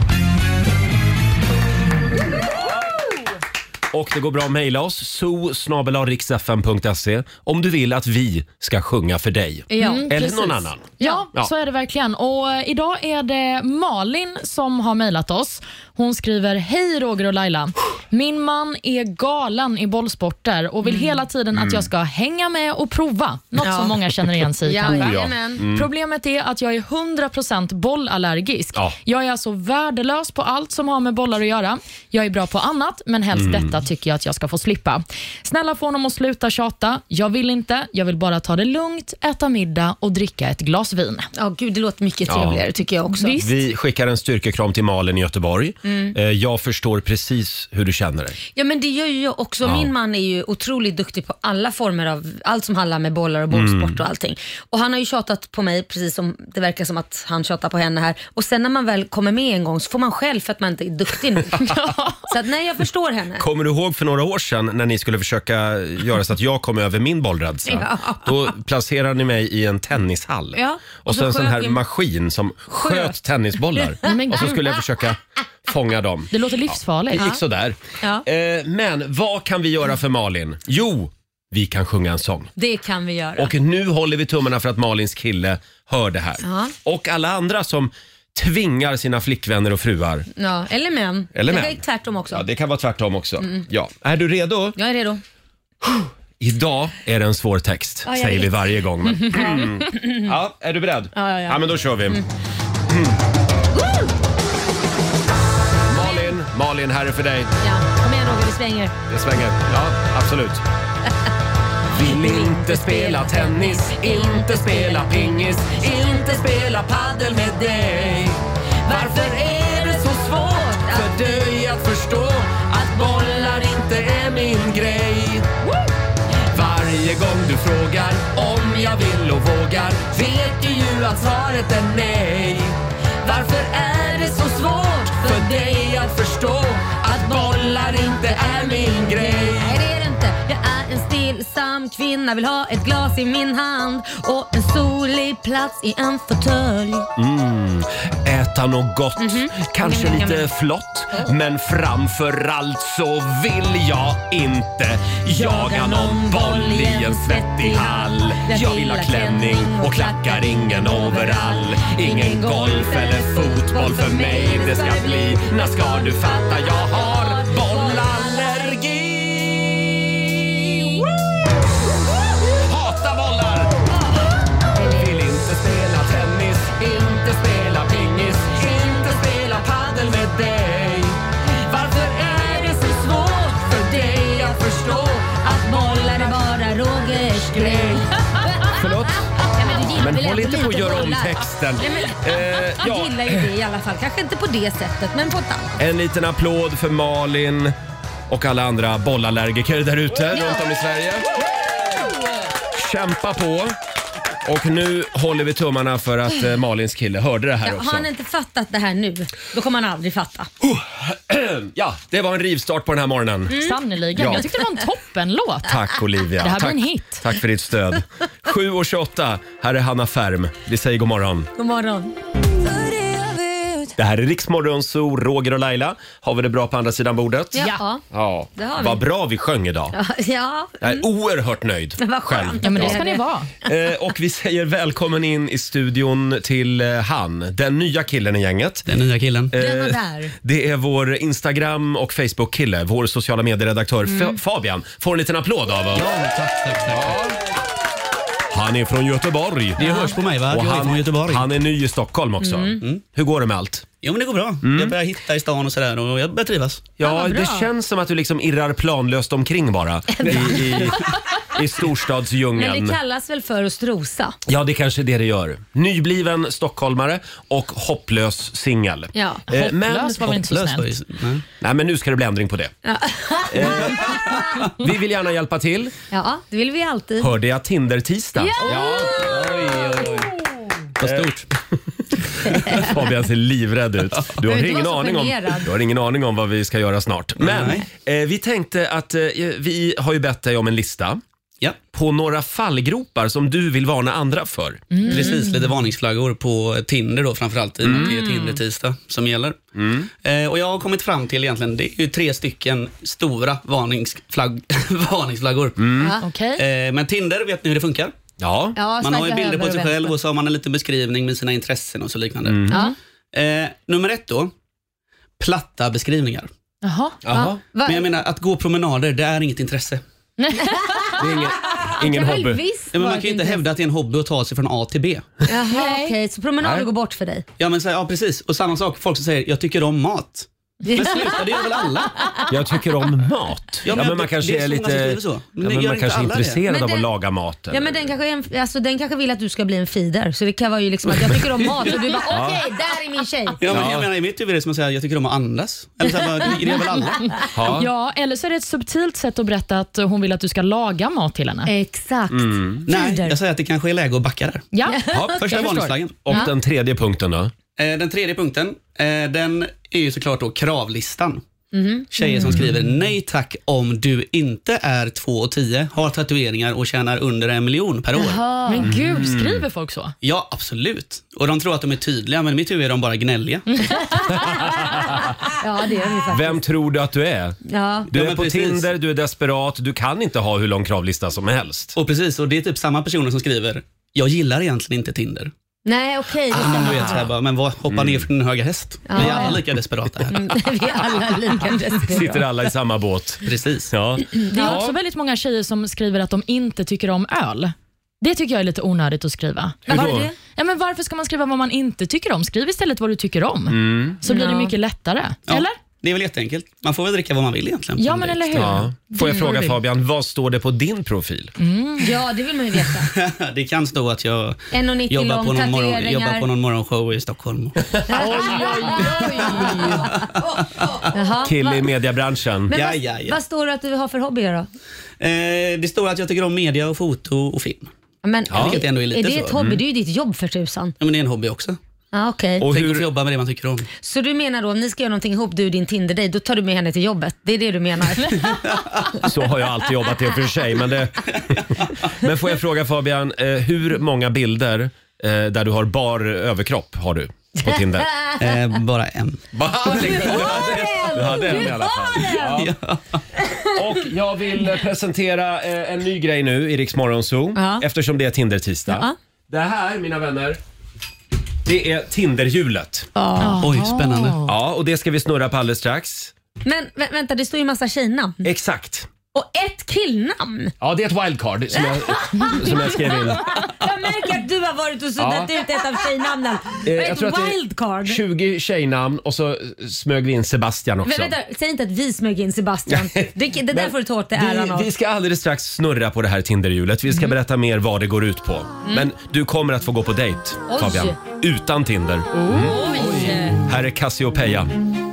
Och det går bra att mejla oss, so snabel-a riksfm punkt se, om du vill att vi ska sjunga för dig. ja. Eller precis. någon annan. Ja, Ja. så är det verkligen. Och eh, idag är det Malin som har mejlat oss. Hon skriver: Hej Roger och Laila. Min man är galen i bollsporter och vill hela tiden att jag ska hänga med och prova. Något Ja. som många känner igen sig i. Ja, kanske. jajamän. Problemet är att jag är hundra procent bollallergisk. Ja. Jag är alltså värdelös på allt som har med bollar att göra. Jag är bra på annat, men helst detta tycker jag att jag ska få slippa. Snälla få honom att sluta tjata. Jag vill inte. Jag vill bara ta det lugnt, äta middag och dricka ett glas vin. Ja, gud, det låter mycket trevligare tycker jag också. Visst. Vi skickar en styrkekram till Malin i Göteborg. Eh, Jag förstår precis hur du känner dig. Ja, men det gör ju jag också. Ja. Min man är ju otroligt duktig på alla former av allt som handlar med bollar och bollsport och allting. Och han har ju tjatat på mig precis som det verkar som att han tjatar på henne här. Och sen när man väl kommer med en gång så får man själv för att man inte är duktig nog. Så att nej, jag förstår henne. Kommer du ihåg för några år sedan när ni skulle försöka göra så att jag kom över min bollrädsla? Ja. Då placerade ni mig i en tennishall. Ja, Och, och så så en sån sköt här vi- maskin som sköt tennisbollar. men Och så gud. skulle jag försöka fånga dem. Det låter livsfarligt. Det gick sådär. Ja. Eh, men vad kan vi göra för Malin? Jo, vi kan sjunga en sång. Det kan vi göra. Och nu håller vi tummarna för att Malins kille hör det här. Ja. Och alla andra som tvingar sina flickvänner och fruar. Ja, eller män. Eller det män. är tvärtom också. Ja, det kan vara tvärtom också. Ja. Är du redo? Jag är redo. Idag är det en svår text, Ja, jag säger vi vet. varje gång. Men... Mm. Ja, är du beredd? Ja, ja, ja. Ja, men då kör vi. Mm. Malin, Malin, här är för dig. Ja, kom igen Roger, vi svänger. Det svänger. Ja, absolut. Vill inte spela tennis, inte spela pingis, inte spela paddel med dig. Varför är det så svårt för dig att förstå att bollar inte är min grej? Varje gång du frågar om jag vill och vågar vet du ju att svaret är nej. Varför är det så svårt för dig att förstå att bollar inte är min grej? Nej, det är det inte. Jag är en stillsam kvinna, vill ha ett glas i min hand och en solig plats i en fåtölj. Äta något gott, kanske Mm, lite mm. flott. Men framför allt så vill jag inte jaga någon boll i en svettig hall. Jag vill ha klänning och klackar, ingen overall. Ingen golf eller fotboll för mig det ska bli. När ska du fatta, jag har bollallergi. Hata bollar. Vill inte spela tennis, inte spela pingis, inte spela paddel med dig. Varför är det så svårt för dig att förstå att bollar är bara Rogers grej? Förlåt? Ja, men du gillar Men väl håll ändå inte på att lite göra om bollar? texten. Nej, men, Eh, han ja. gillar ju det i alla fall. Kanske inte på det sättet, men på ett annat. En liten applåd för Malin och alla andra bollallergiker där ute runt om i Sverige. Kämpa på. Och nu håller vi tummarna för att eh, Malins kille hörde det här Ja, också. har han inte fattat det här nu, då kommer han aldrig fatta. Ja, det var en rivstart på den här morgonen. Mm. Sannerligen. Ja. Jag tyckte det var en toppenlåt. Tack Olivia. Det här blir Tack. en hit. Tack för ditt stöd. sju och tjugoåtta. Här är Hanna Färm. Vi säger god morgon. God morgon. Det här är Riksmorgon, så Roger och Laila. Har vi det bra på andra sidan bordet? Ja. Ja. Det har vi. Vad bra vi sjöng idag. Ja. Jag är oerhört nöjd Vad själv. skönt. Ja, men det ska ni vara. Eh, och vi säger välkommen in i studion till eh, han, den nya killen i gänget. Den nya killen. Eh, Den var där. Det är vår Instagram- och Facebook-kille, vår sociala medieredaktör Mm. F- Fabian. Får en liten applåd av oss. Ja, tack, tack, tack. Han är från Göteborg. Det hörs på mig, va? Och Jag är han, från Göteborg. han är ny i Stockholm också. Mm. Hur går det med allt? Jo, men det går bra. Jag börjar hitta i stan och sådär och jag börjar trivas. Ja, vad bra. det känns som att du liksom irrar planlöst omkring bara i, i, i storstadsdjungeln. Men det kallas väl för att strosa? Ja, det kanske är det det gör. Nybliven stockholmare och hopplös singel. Ja. Eh, Hopplös var väl inte så Lös var snällt. ju- nej. Nej, men nu ska det bli ändring på det. Eh, vi vill gärna hjälpa till. Ja, det vill vi alltid. Hörde jag Tinder-tisdag? Ja! Oj, oj, oj. Vad stort. Fabian ser livrädd ut. Du har, inte ingen vara så aning om, generad. du har ingen aning om vad vi ska göra snart. Men eh, vi tänkte att eh, vi har ju bett dig om en lista Ja, på några fallgropar som du vill varna andra för. precis. Lite varningsflaggor på Tinder då framförallt. I och med att det är Tinder-tisdag som gäller. Eh, och jag har kommit fram till egentligen, det är ju tre stycken stora varningsflagg, varningsflaggor. Okej. Eh, men Tinder, vet ni hur det funkar? Ja. Ja, Man har ju snacka bilder på över sig och själv vänster. och så har man en liten beskrivning med sina intressen och så liknande. Ja. Eh, nummer ett då, platta beskrivningar. Jaha. Jaha. Va? Men jag menar, att gå promenader, det är inget intresse. Det är ingen, ingen kan väl hobby. visst Ja, men vara man kan ju inte ett hävda att det är en hobby att ta sig från A till B. Jaha, okej. Så promenader Nej. går bort för dig? Ja, men så, ja precis. Och samma sak, folk som säger jag tycker om mat. Men sluta, det gör väl alla? Jag tycker om mat. Ja, men, men man det- kanske det är är så många som lite skriver så. Men ja, det men gör man inte kanske är alla det. intresserad Men av att den- laga mat. Ja, eller? men den kanske, är en, alltså, den kanske vill att du ska bli en feeder. Så det kan vara ju liksom att jag tycker om mat och du bara okej, där är min tjej. Ja, men Ja. jag menar, i mitt huvud är det som att säga jag tycker om att andas. Eller så här, bara, det gör väl alla? Ja. Ja, eller så är det ett subtilt sätt att berätta att hon vill att du ska laga mat till henne. Exakt. Nej, Feeder. jag säger att det kanske är läge att backa där. Ja, Ja, Första förstår. varningsflaggen. Och den tredje punkten då? Eh, den tredje punkten, eh, den är ju såklart då kravlistan. Tjejer som skriver nej tack om du inte är två och tio, har tatueringar och tjänar under en miljon per år. Men gud, skriver folk så? Ja, absolut. Och de tror att de är tydliga, men i mitt huvud är de bara gnälliga. Ja, det är de ju faktiskt. Vem tror du att du är? Ja. Du Ja, är men på precis. Tinder, du är desperat, du kan inte ha hur lång kravlista som helst. Och precis, och det är typ samma personer som skriver jag gillar egentligen inte Tinder. Nej, okej. det Ah, stämmer. du vet, så här bara, men vad, hoppa ner från en höga häst. Vi är alla lika desperata här. Mm, vi är alla lika desperata. Sitter alla i samma båt. Precis. Ja. Det är också väldigt många tjejer som skriver att de inte tycker om öl. Det tycker jag är lite onödigt att skriva. Hur då? Var det? Ja, men varför ska man skriva vad man inte tycker om? Skriv istället vad du tycker om. Så blir det Ja. mycket lättare. Ja, Eller? det är väl jätteenkelt. Man får väl dricka vad man vill egentligen. Ja, på men en eller dejt. hur? Ja. Får jag Det är fråga det. Fabian, vad står det på din profil? Ja, det vill man ju veta. Det kan stå att jag en och nittio jobbar lång, på, någon morgon, tatueringar. jobbar på någon morgonshow i Stockholm. Oj, oj, oj. Jaha. Kille i Va- mediebranschen. Men Ja, vad, ja, ja. vad står det att du har för hobbyer då? Eh, det står att jag tycker om media och foto och film. Men, Vilket ändå är lite det så. ett hobby? Det är ju ditt jobb för tusan. Ja, men det är en hobby också. Ja, okej. Och Tänk att få hur, jobba med det man tycker om. Så du menar då, om ni ska göra någonting ihop, du och din Tinder-dejt, då tar du med henne till jobbet? Det är det du menar? så har jag alltid jobbat det för sig. Men, det, men får jag fråga Fabian, eh, hur många bilder eh, där du har bar överkropp har du på Tinder? Eh, bara en. Bara, du hade en i alla fall. Ja. Och jag vill presentera eh, en ny grej nu i Rix Morgon Zoo, Ja. eftersom det är Tinder-tisdag. Ja. Det här, mina vänner, det är Tinder-hjulet. Oj, spännande. Ja, och det ska vi snurra på alldeles strax. Men vä- vänta, det står ju massa tjejnamn. Exakt. Och ett killnamn. Ja, det är ett wildcard som jag, som jag skrev in. Jag märker att du har varit och suddat Ja. ut ett av tjejnamnen. Eh, Vad är jag tror ett att det är wildcard? tjugo tjejnamn och så smög vi in Sebastian också. Men, vänta, säg inte att vi smög in Sebastian. Det, det där Men får du ta åt dig äran av. vi, vi ska alldeles strax snurra på det här Tinderhjulet. Vi ska Mm. berätta mer vad det går ut på. Men du kommer att få gå på dejt, Oj. Fabian. Utan Tinder. Oj. Här är Cassiopeia.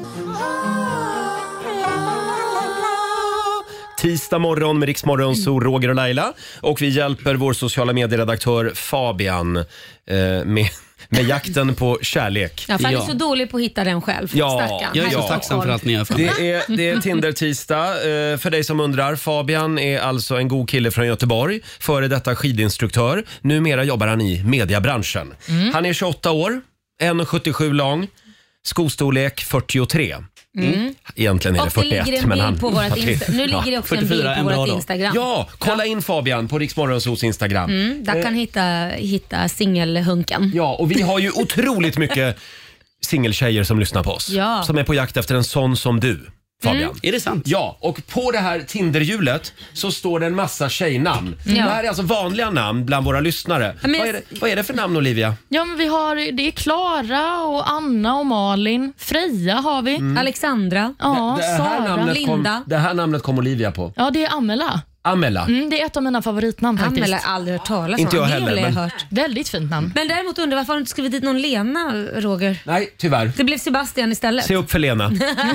Tisdag morgon med Rix Morgon, så Roger och Laila. Och vi hjälper vår sociala medieredaktör Fabian eh, med, med jakten på kärlek. Ja, för han är Ja. så dålig på att hitta den själv. Ja, Stackarn. Jag är så Här tacksam för allt ni gör för mig. Det är, det är Tinder-tisdag. Eh, för dig som undrar, Fabian är alltså en god kille från Göteborg, före detta skidinstruktör. Numera jobbar han i mediabranschen. Mm. Han är tjugoåtta år, en komma sjuttiosju lång, skostorlek fyrtiotre. Mm. Egentligen är det Och det fyrtioett. ligger en men bild han på vårt har till- Insta- Nu ligger det också en bild fyrtiofyra, på en bra vårt dag. Instagram. Ja, kolla in Fabian på Riksmorgonsos Instagram. Mm, där kan hitta, hitta singelhunken. Ja, och vi har ju otroligt mycket singeltjejer som lyssnar på oss. Ja. Som är på jakt efter en sån som du, Fabian. Är det sant? Ja, och på det här Tinderhjulet så står det en massa tjejnamn. Det här är alltså vanliga namn bland våra lyssnare. men- Vad, är det, vad är det för namn, Olivia? Ja, men vi har, det är Klara och Anna och Malin. Freja har vi. Alexandra. Ja, det, här Sara. namnet kom, Linda. det här namnet kom Olivia på. Ja, det är Amela. Amela. Mm, det är ett av mina favoritnamn faktiskt. Amela har aldrig hört talas om. Inte jag Det heller, har jag men- hört. Väldigt fint namn. Men däremot undrar varför har du inte skrivit dit någon Lena, Roger? Nej, tyvärr. Det blev Sebastian istället. Se upp för Lena.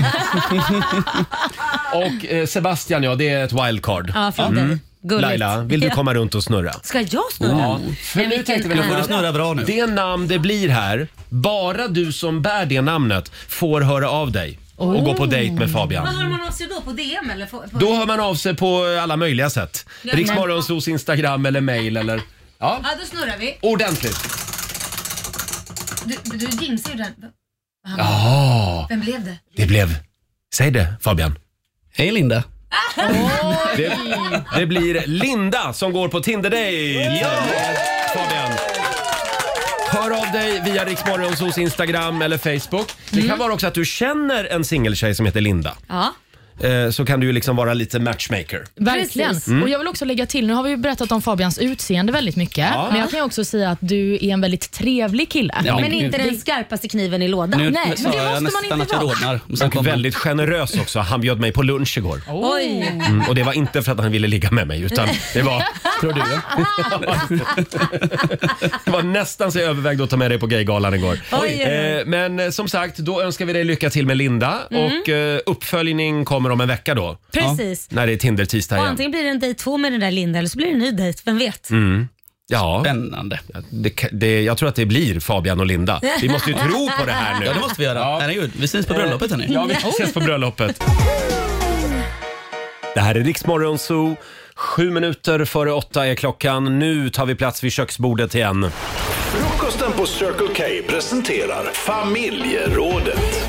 och eh, Sebastian, ja, det är ett wildcard. Ja, från dig. Gulligt. Laila, vill du Ja. komma runt och snurra? Ska jag snurra? Ja, för nu tänkte vi Nu får du Laila, snurra bra nu. det namn det blir här, bara du som bär det namnet får höra av dig och gå på dejt med Fabian. Vad hör man av sig då? På D M eller? På, på... Då hör man av sig på alla möjliga sätt. Ja, Riksmorgonsos Instagram eller mail eller... Ja, Ja, då snurrar vi. ordentligt. Du, du jinxar ju den. Ja, Vem blev det? det blev... Säg det, Fabian. Hej Linda. Det, det blir Linda som går på Tinder-date. Ja! Fabian. Hör av dig via Riksmorgonsos Instagram eller Facebook. Det kan vara också att du känner en singeltjej som heter Linda. Ja. Eh, Så kan du ju liksom vara lite matchmaker. Verkligen. Precis. Och jag vill också lägga till, nu har vi ju berättat om Fabians utseende väldigt mycket. Ja. Men jag kan ju också säga att du är en väldigt trevlig kille. Ja, Men nu- inte den skarpaste kniven i lådan. Nu Nej, men sa det jag måste man nästan inte att jag vara. rodnar. Och sen Och kom han. väldigt generös också. Han bjöd mig på lunch igår. Oj. Mm, och det var inte för att han ville ligga med mig, utan det var... Tror du? Det var nästan så jag övervägde att ta med dig på gaygalan igår. Oj, oj, oj. Eh, men eh, som sagt, då önskar vi dig lycka till med Linda. Och eh, uppföljning kommer om en vecka då. Precis. När det är Tinder-tisdag Och igen. antingen blir det en dejt två med den där Linda eller så blir det en ny dejt. Vem vet? Ja, Spännande. det, det, jag tror att det blir Fabian och Linda. Vi måste ju tro på det här nu. Ja, det måste vi göra. Ja. Herregud, vi syns på bröllopet hörni. Ja, vi ses på bröllopet. Det här är Riksmorgon Zoo. Sju minuter före åtta är klockan. Nu tar vi plats vid köksbordet igen. Frukosten på Circle K presenterar Familjerådet.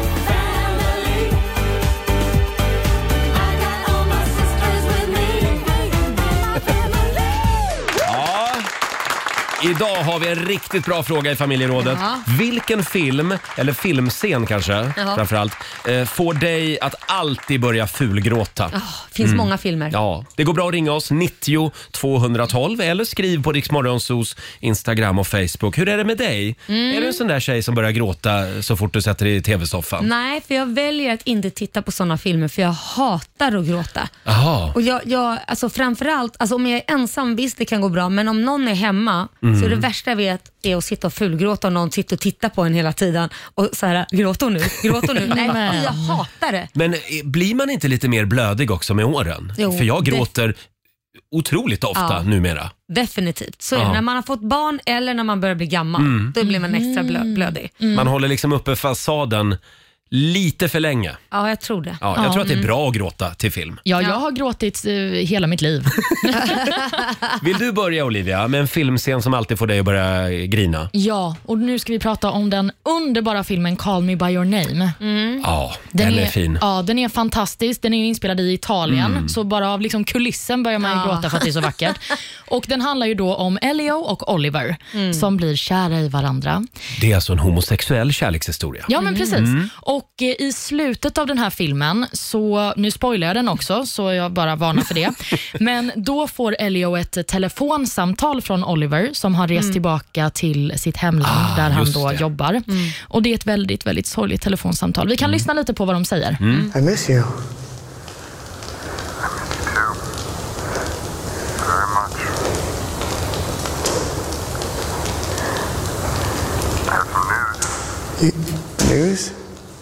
Idag har vi en riktigt bra fråga i familjerådet. Ja. Vilken film, eller filmscen kanske, Jaha. framförallt, eh, får dig att alltid börja fulgråta? Oh, finns många filmer. Ja, det går bra att ringa oss nittio tvåhundratolv eller skriv på Riksmorgonsos Instagram och Facebook. Hur är det med dig? Är du en sån där tjej som börjar gråta så fort du sätter dig i tv-soffan? Nej, för jag väljer att inte titta på såna filmer för jag hatar att gråta. Jaha. Och jag, jag, alltså framförallt, alltså om jag är ensam, visst det kan gå bra, men om någon är hemma så är det värsta jag vet är att sitta och fulgråta och någon sitter och tittar på en hela tiden och så här, gråter hon nu? Gråter hon nu? Nej, jag hatar det. Men eh, blir man inte lite mer blödig också med åren? Jo, För jag det- gråter otroligt ofta Ja. numera. Definitivt. Så är det. Ja. När man har fått barn eller när man börjar bli gammal, då blir man extra blö- blödig. Man håller liksom uppe fasaden lite för länge. Ja, jag tror det. Ja, jag tror att det är bra att gråta till film. Ja, jag Ja. har gråtit eh, hela mitt liv. Vill du börja, Olivia, med en filmscen som alltid får dig att börja grina? Ja, och nu ska vi prata om den underbara filmen Call Me By Your Name. Ja, den, är fin. Ja, den är fantastisk. Den är ju inspelad i Italien, så bara av liksom kulissen börjar man ju Ja. gråta för att det är så vackert. Och den handlar ju då om Elio och Oliver som blir kära i varandra. Det är alltså en homosexuell kärlekshistoria. Ja, men precis. Och eh, i slutet av den här filmen, så nu spoilar jag den också, så jag bara varnar för det. Men då får Elio ett telefonsamtal från Oliver som har rest tillbaka till sitt hemland Ah, där han just då det. jobbar. Och det är ett väldigt, väldigt sorgligt telefonsamtal. Vi kan lyssna lite på vad de säger. I miss you. Very much. I have some news. You, news?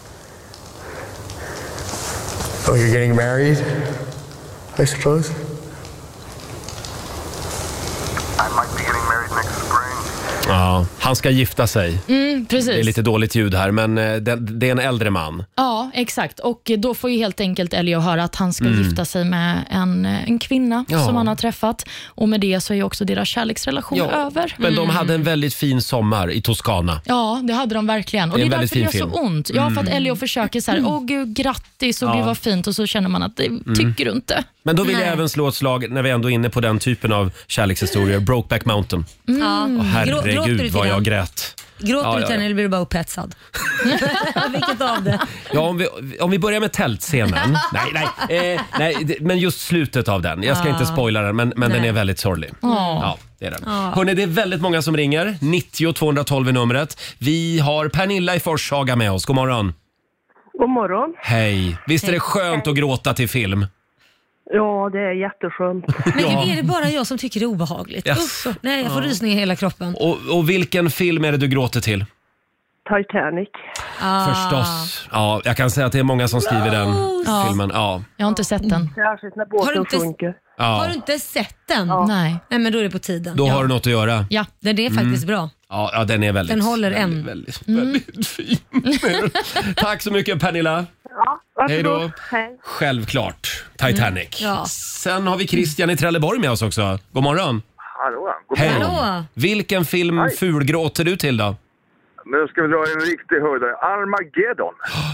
Oh, you're getting married? I suppose. I might be getting married next spring. Ja, Han ska gifta sig. Mm, precis. Det är lite dåligt ljud här, men det, det är en äldre man. Ja, exakt. Och då får ju helt enkelt Elio höra att han ska Mm. gifta sig med en, en kvinna Ja. som han har träffat. Och med det så är ju också deras kärleksrelation Ja, över. Men de hade en väldigt fin sommar i Toscana. Ja, det hade de verkligen. Och Det det är är, en därför det väldigt gör fin så film. ont. Ja, för att Mm. Elio försöker så här, åh gud, grattis och Ja. gud vad fint. Och så känner man att det tycker du inte. Men då vill jag Nej. även slå ett slag när vi ändå är inne på den typen av kärlekshistorier. Brokeback Mountain. Ja. Åh, Grå- gråter du herregud till vad jag den? grät. Gråter Ja, du ja, till den ja. eller blir du bara upphetsad? Vilket av det? Ja, om vi, om vi börjar med tältscenen. nej, nej, eh, nej, det- men just slutet av den. Jag ska Ah. inte spoila den, men, men den Nej. är väldigt sorglig. Ja. Ja, det är den. Ja. Hörrni, det är väldigt många som ringer. nittio tvåhundratolv är numret. Vi har Pernilla i Forshaga med oss. God morgon. God morgon. Hej. Visst är det skönt att gråta till film? Ja, det är jätteskönt. Men Ja. är det bara jag som tycker det är obehagligt? Yes. Usch, nej, jag får rysningar i hela kroppen. Och, och vilken film är det du gråter till? Titanic. Ah. Förstås. Ja, jag kan säga att det är många som skriver den Ja. filmen. Ja. Jag har inte sett den. Särskilt när Har du båten inte- sjunker. Har Ja. du inte sett den? Nej. Nej, men då är det på tiden. Då ja. har du något att göra. Ja. Den är faktiskt bra. Ja, ja, den är väldigt, Den håller väldigt, än. väldigt, väldigt fin. Tack så mycket Pernilla. Ja, Hej då. varsågod. Hej. Självklart, Titanic. Ja. Sen har vi Christian i Trelleborg med oss också. God morgon. Hallå, god Hej. morgon. Hallå. Vilken film Hej. fulgråter du till då? Nu ska vi dra en riktig höjdare. Armageddon.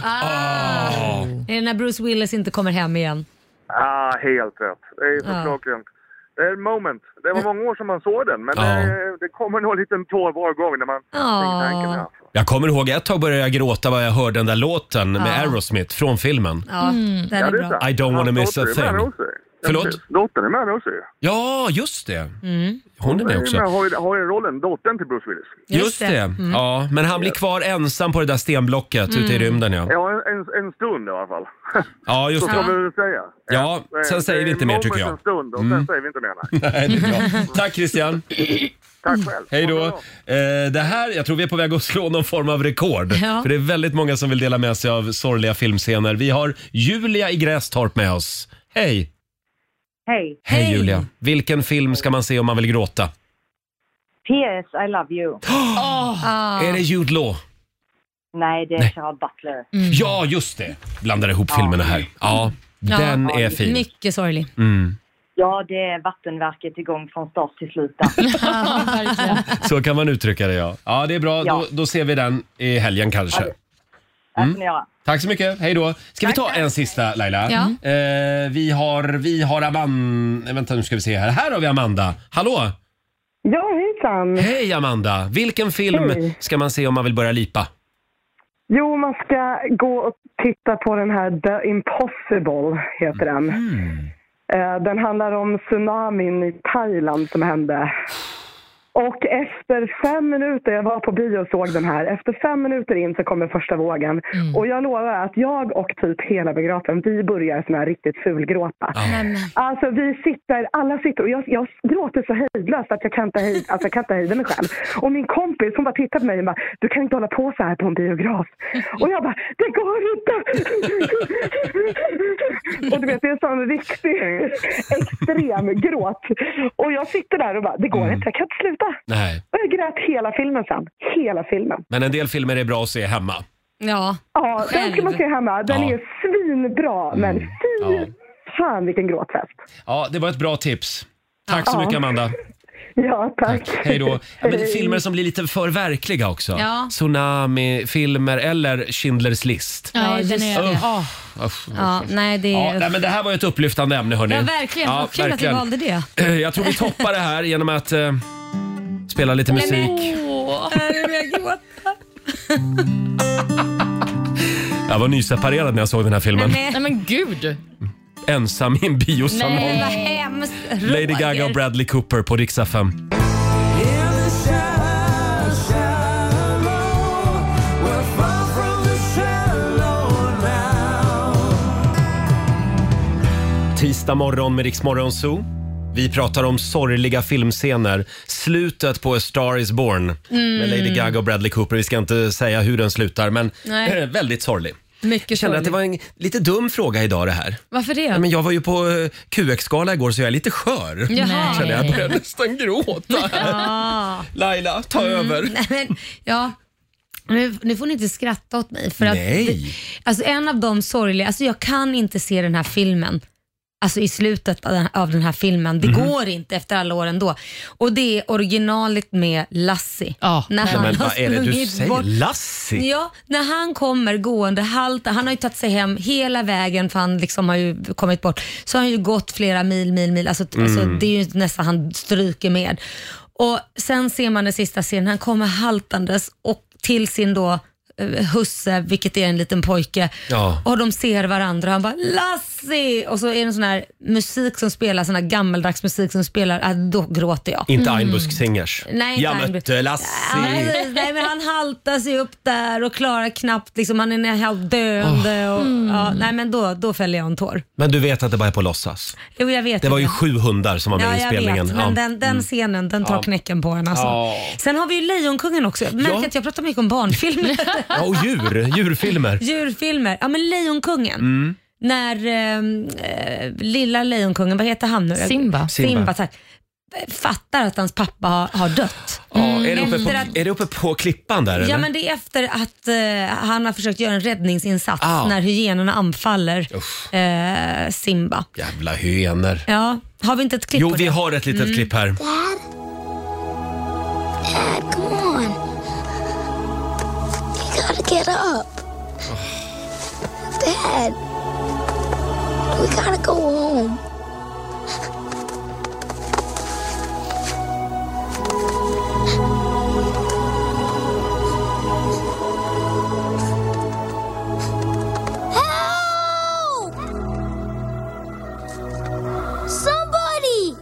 Ah. Är det när Bruce Willis inte kommer hem igen? Ah, helt rätt. Det är så Ja. klockrent. Det är ett moment. Det var många år sedan man såg den, men Ja. det, det kommer nog en liten tår var gång när man Ja. tänker tanken. Ja. Jag kommer ihåg ett tag började jag gråta vad jag hörde den där låten med Ja. Aerosmith från filmen. Ja, den Ja, är det är bra. sant. I don't wanna Hans miss a dotter är med thing. också. Förlåt? Dottern är med också. Ja, just det. Mm. Hon är med också. Med, har, ju- har ju rollen, dottern till Bruce Willis. Just det. Ja, men han blir kvar ensam på det där stenblocket ute i rymden. Ja, Ja, en, en, en stund i alla fall. ja just Så får det. vi väl säga. Ja, det- sen säger det vi är inte mer, moment tycker jag. En stund och Mm. sen säger vi inte mer. Nej. Nej, det är bra. Tack Christian. Tack själv. Hej då. Ha det bra. Eh, det här, jag tror vi är på väg att slå någon form av rekord. Ja. För det är väldigt många som vill dela med sig av sorgliga filmscener. Vi har Julia i Grästorp med oss. Hej. Hej. Hej Hej. Julia. Vilken film ska man se om man vill gråta? P S I love you. Ah. Är det Jude Law? Nej, det är Nej. Gerard Butler. Ja, just det. Blandar ihop filmerna här. Ja, Ja. den är fin. Mycket sorglig. Mm. Ja, det är vattenverket igång från start till slut. där. Ja, verkligen. Så kan man uttrycka det, ja. Ja, det är bra. Ja. Då, då ser vi den i helgen kanske. Det får ni göra. Tack så mycket. Hej då. Ska vi ta en sista, Laila? Ja. Eh, vi har, vi har Amanda... Vänta, nu ska vi se här. Här har vi Amanda. Hallå! Ja, hejsan. Hej Amanda! Vilken film Hej. ska man se om man vill börja lipa? Jo, man ska gå och titta på den här The Impossible, heter den. Eh, Den handlar om tsunamin i Thailand som hände. Och efter fem minuter, jag var på bio och såg den här, efter fem minuter in så kommer första vågen. Och jag lovar att jag och typ hela biografen, vi börjar sån här riktigt fulgråta. Men, Alltså vi sitter, alla sitter och jag, jag gråter så hejdlöst att jag kan inte hejda, alltså, jag kan inte hejda mig själv. Och min kompis hon bara tittar på mig och bara, du kan inte hålla på så här på en biograf. Och jag bara, det går inte! Och du vet, det är en sån riktig extrem gråt. Och jag sitter där och bara, det går inte, jag kan inte sluta. Nej. Och jag grät hela filmen sen, hela filmen. Men en del filmer är bra att se hemma. ja. Ja, den ska man se hemma. Den Ja. är svinbra, men fy Ja. fan vilken gråtfest. Ja, det var ett bra tips. Tack så Ja. mycket Amanda. Ja, tack. Hej då. Ja, men Hej. filmer som blir lite för verkliga också. Ja. Tsunami-filmer eller Schindler's list. Ja, Nej, den just är... det. Åh. Uff. Ja, nej, det Ja, är... nej, men det här var ju ett upplyftande ämne, hörni. Ja, verkligen. Vad kul att du valde det. Eh, Jag tror vi toppar det här genom att eh, spela lite musik. Jag var nyseparerad när jag såg den här filmen. Nej, Nej men gud. Ensam i en biosalong. nej, vad hemskt. Lady Gaga och Bradley Cooper på Rix F M. Tisdag morgon med Rix Morgon Zoo. Vi pratar om sorgliga filmscener. Slutet på A Star Is Born med Lady Gaga och Bradley Cooper. Vi ska inte säga hur den slutar, men Nej. väldigt sorglig. Mycket Jag känner att det sorgligt. var en lite dum fråga idag det här. Varför det? Ja, men jag var ju på eh, Q X-gala igår så jag är lite skör. Jaha. Känner jag, jag börjar nästan gråta. Ja. Laila, ta över. Nej, men, ja. Nu, nu får ni inte skratta åt mig. För att Nej. det, alltså en av de sorgliga, alltså jag kan inte se den här filmen. Alltså i slutet av den, av den här filmen. Det Mhm. går inte efter alla år ändå. Och det är originalet med Lassie. Ja. När Nej, men har vad är det du sprungit säger? bort- Lassie? Ja, när han kommer gående halta, han har ju tagit sig hem hela vägen för han liksom har ju kommit bort. Så har han ju gått flera mil, mil, mil. Alltså, Mm. alltså det är ju nästan han stryker med. Och sen ser man den sista scenen, han kommer haltandes och till sin då eh, husse, vilket är en liten pojke. Ja. Och de ser varandra och han bara Lassie! Och så är det en sån här musik som spelar, sån här gammeldags musik som spelar, äh, då gråter jag. Inte Einbusk Singers. Nej, inte jag Einbusk. mötte Lassie. Ja, nej, men han haltar sig upp där och klarar knappt, liksom, han är helt döende. Och, ja, nej, men då, då fäller jag en tår. Men du vet att det bara är på låtsas. Jo, jag vet Det var ju det. sju hundar som var med Ja, i jag inspelningen. vet, men Ja. den, den scenen den tar Ja. knäcken på en alltså. Ja. Sen har vi ju Lejonkungen också. Jag märker Ja. att jag pratar mycket om barnfilmer. Ja, och djur, djurfilmer. Djurfilmer. Ja, men Lejonkungen. Mm. När ehm, eh, lilla Lejonkungen, vad heter han nu? Simba. Simba, Simba. tack. Fattar att hans pappa har, har dött. Ja, är, det uppe Efter på, att- är det uppe på klippan där? Ja, eller? men det är efter att eh, han har försökt göra en räddningsinsats Ah. när hyenorna anfaller Usch. eh, Simba. Jävla hyener. Ja, har vi inte ett klipp Jo, på vi det? har ett litet klipp här. Dad, come on. You gotta get up. Dad, we gotta go home. Help! Somebody!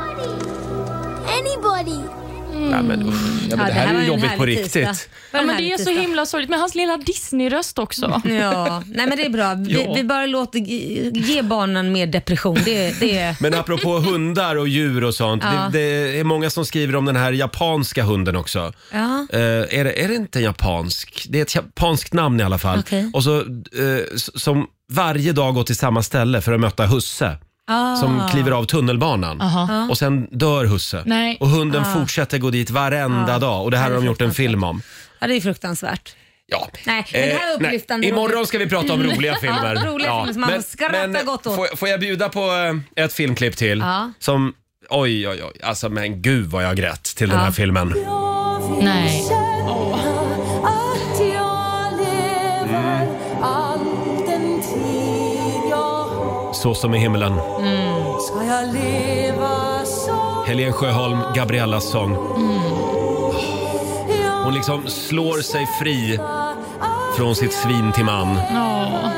Anybody! Ja, men, usch. Ja, men Ja, det här var är ju en jobbigt på härlig riktigt. tisdag. Ja, en men det härlig är så tisdag. himla sorgligt med hans lilla Disney-röst också. Ja, nej men det är bra. Vi, Ja. vi bara låter ge barnen mer depression. Det, det är... Men apropå hundar och djur och sånt. Ja. Det, det är många som skriver om den här japanska hunden också. Ja. Eh, är, det, är det inte japansk? Det är ett japanskt namn i alla fall. Okej. Och så, eh, s- som varje dag går till samma ställe för att möta husse. Ah. Som kliver av tunnelbanan. Aha. Och sen dör husse. Nej. Och hunden Ah. fortsätter gå dit varenda Ah. dag. Och det här Ja, det har är de gjort en fruktansvärt. film om. Ja, det är fruktansvärt. Ja. Nej, men det här är upplyftande. Nej. Imorgon ska vi prata om roliga filmer. Ja, roliga filmer som man skrattar gott åt. Får, får jag bjuda på eh, ett filmklipp till? Ja. Som, oj, oj, oj. Alltså men gud vad jag grät till den Ja. här filmen. Nej. Så som i himlen. Helen Sjöholm, Gabriellas sång. Hon liksom slår sig fri från sitt svin till man. Ja.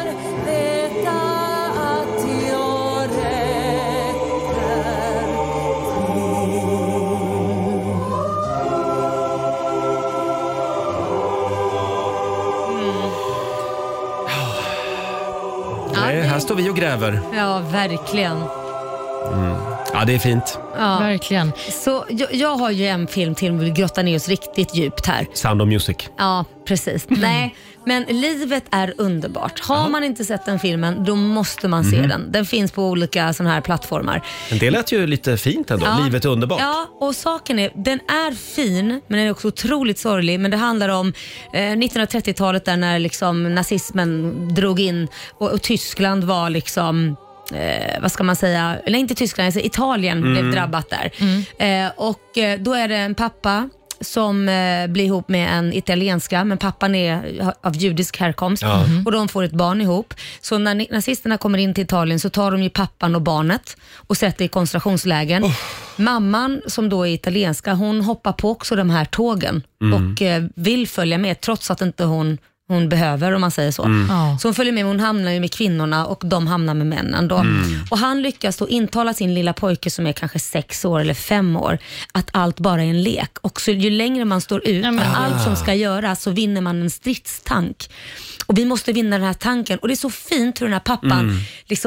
Nej, här står vi och gräver. Ja, verkligen. Ja, det är fint. Ja. Verkligen. Så jag, jag har ju en film till, vi vill grotta ner oss riktigt djupt här. Sound of Music. Ja, precis. Nej, men livet är underbart. Har man inte sett den filmen, då måste man se den. Den finns på olika såna här plattformar. Men det lät ju lite fint ändå. Ja. Livet är underbart. Ja, och saken är, den är fin, men den är också otroligt sorglig. Men det handlar om eh, nittonhundratrettiotalet där när liksom nazismen drog in och, och Tyskland var liksom Eh, vad ska man säga, eller inte Tyskland, alltså Italien Mm. blev drabbat där. Eh, och eh, då är det en pappa som eh, blir ihop med en italienska, men pappan är av judisk härkomst. Ja. Och de får ett barn ihop. Så när ni- nazisterna kommer in till Italien så tar de ju pappan och barnet och sätter i koncentrationslägen. Mamman som då är italienska, hon hoppar på också de här tågen och eh, vill följa med trots att inte hon hon behöver, om man säger så. Ja. Så hon följer med, hon hamnar ju med kvinnorna och de hamnar med männen då. Och han lyckas då intala sin lilla pojke som är kanske sex år eller fem år att allt bara är en lek. Och så ju längre man står ut Ja, men- med allt som ska göras så vinner man en stridstank. Och vi måste vinna den här tanken. Och det är så fint hur den här pappan liksom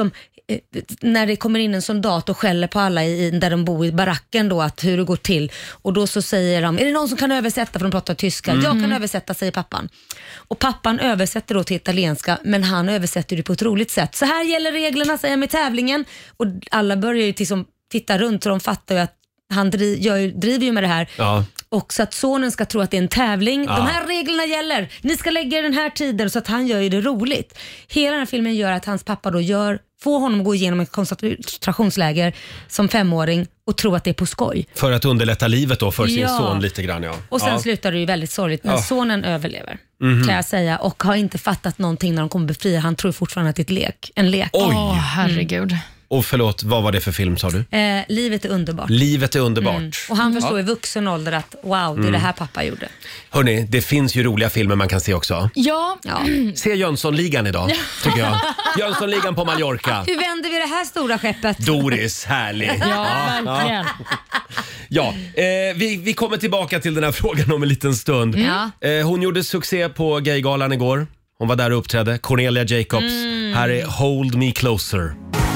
när det kommer in en soldat och skäller på alla i, där de bor i baracken då, att hur det går till. Och då så säger de, är det någon som kan översätta, för de pratar tyska. Mm. Jag kan översätta, säger pappan. Och pappan översätter då till italienska, men han översätter det på ett roligt sätt. Så här gäller reglerna, säger med tävlingen. Och alla börjar ju liksom titta runt, och de fattar ju att han driv, gör, driver ju med det här. Ja. Och så att sonen ska tro att det är en tävling. Ja. De här reglerna gäller. Ni ska lägga den här tiden, så att han gör ju det roligt. Hela den här filmen gör att hans pappa då gör, får honom att gå igenom ett koncentrationsläger som femåring och tro att det är på skoj. För att underlätta livet då för sin ja. son lite grann, ja. Och sen ja. slutar det ju väldigt sorgligt, men ja. sonen överlever. Mm-hmm. Kan jag säga, och har inte fattat någonting när de kommer befria. Han tror fortfarande att det är ett lek, en lek. Oj! Åh, herregud. Mm. Och förlåt, vad var det för film, sa du? Eh, livet är underbart. Livet är underbart. Mm. Och han förstår ja. i vuxen ålder att wow, det är mm. det här pappa gjorde. Hörrni, det finns ju roliga filmer man kan se också. Ja. ja. Se Jönssonligan idag, tycker jag. Jönssonligan på Mallorca. Hur vänder vi det här stora skeppet? Doris, härlig. Ja, verkligen. Ja, eh, vi, vi kommer tillbaka till den här frågan om en liten stund. Mm. Eh, hon gjorde succé på Gaygalan igår. Hon var där och uppträdde. Cornelia Jacobs. Mm. Här är Hold Me Closer.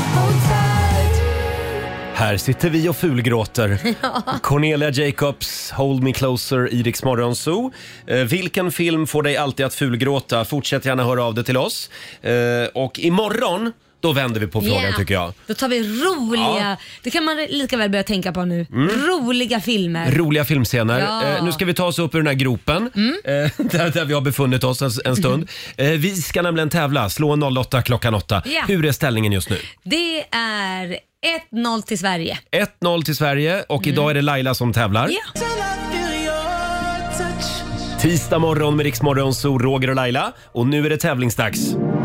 Här sitter vi och fulgråter. Ja. Cornelia Jacobs, Hold Me Closer, i Rix Morgon Zoo. Eh, vilken film får dig alltid att fulgråta? Fortsätt gärna höra av dig till oss. Eh, och imorgon, då vänder vi på frågan, yeah. tycker jag. Då tar vi roliga, ja. det kan man lika väl börja tänka på nu. Mm. Roliga filmer. Roliga filmscener. Ja. Eh, nu ska vi ta oss upp ur den här gropen, mm. eh, där, där vi har befunnit oss en, en stund. Eh, vi ska nämligen tävla, slå noll åtta klockan åtta. Ja. Hur är ställningen just nu? Det är ett noll till Sverige. ett noll till Sverige, och mm. idag är det Laila som tävlar. Ja. Tisdag morgon med Rix Morgon Zoo, Roger och Laila. Och nu är det tävlingsdags.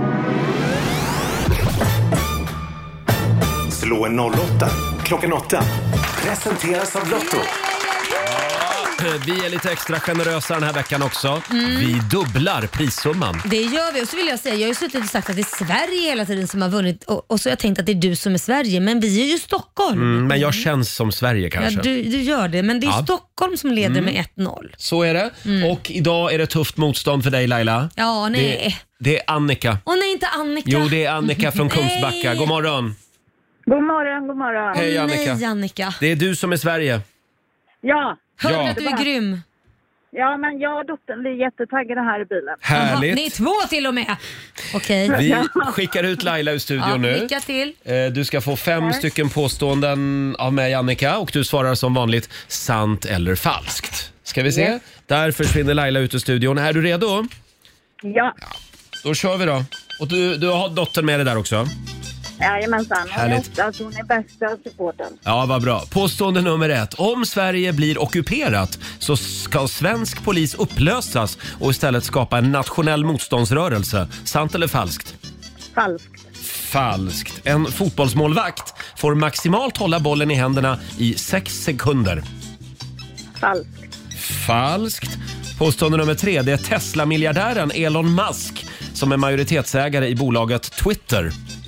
Slå en noll åtta klockan åtta. Presenteras av Lotto. Vi är lite extra generösa den här veckan också. Mm. Vi dubblar prissumman. Det gör vi. Och så vill jag säga, jag har ju suttit och sagt att det är Sverige hela tiden som har vunnit. Och, och så har jag tänkt att det är du som är Sverige. Men vi är ju Stockholm. Mm, men jag känns som Sverige kanske. Ja, du, du gör det. Men det är ja. Stockholm som leder mm. med ett noll. Så är det. Mm. Och idag är det tufft motstånd för dig, Laila. Ja, nej. Det, det är Annika. Åh nej, inte Annika. Jo, det är Annika från Kungsbacka. God morgon. God morgon, god morgon. Hej Annika. Nej, Annika. Det är du som är Sverige. Ja. Hör ja. att du är grym. Ja, men jag och dottern, vi är jättetaggade här i bilen. Härligt. Aha, ni är två till och med. Okej. Okay. Vi skickar ut Laila ur studion ja, nu. Lycka till. Du ska få fem yes. stycken påståenden av mig, Annika. Och du svarar som vanligt sant eller falskt. Ska vi se? Yes. Där försvinner Laila ut ur studion. Är du redo? Ja. ja. Då kör vi då. Och du, du har dottern med dig där också? Jajamensan, hon är ofta, alltså hon är bästa supporten. Ja, vad bra. Påstående nummer ett. Om Sverige blir ockuperat så ska svensk polis upplösas och istället skapa en nationell motståndsrörelse. Sant eller falskt? Falskt. Falskt. En fotbollsmålvakt får maximalt hålla bollen i händerna i sex sekunder. Falskt. Falskt. Påstående nummer tre. Det är Tesla-miljardären Elon Musk som är majoritetsägare i bolaget Twitter.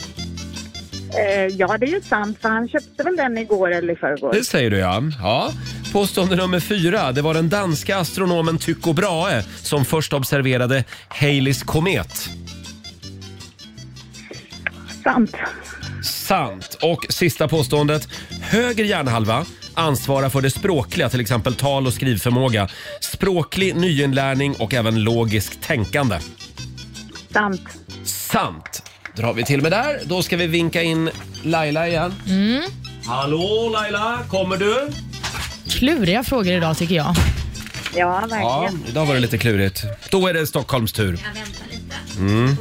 Ja, det är ju sant, för han köpte väl den igår eller i förrgår. Det säger du, ja. ja. Påstående nummer fyra. Det var den danska astronomen Tycho Brahe som först observerade Haleys komet. Sant. Sant. Och sista påståendet. Höger hjärnhalva ansvarar för det språkliga, till exempel tal- och skrivförmåga. Språklig nyinlärning och även logiskt tänkande. Sant. Sant. Drar vi till med där. Då ska vi vinka in Laila igen. Mm. Hallå Laila, kommer du? Kluriga frågor idag tycker jag. Ja, verkligen. Ja, idag var det lite klurigt. Då är det Stockholms tur. Jag väntar lite. Mm.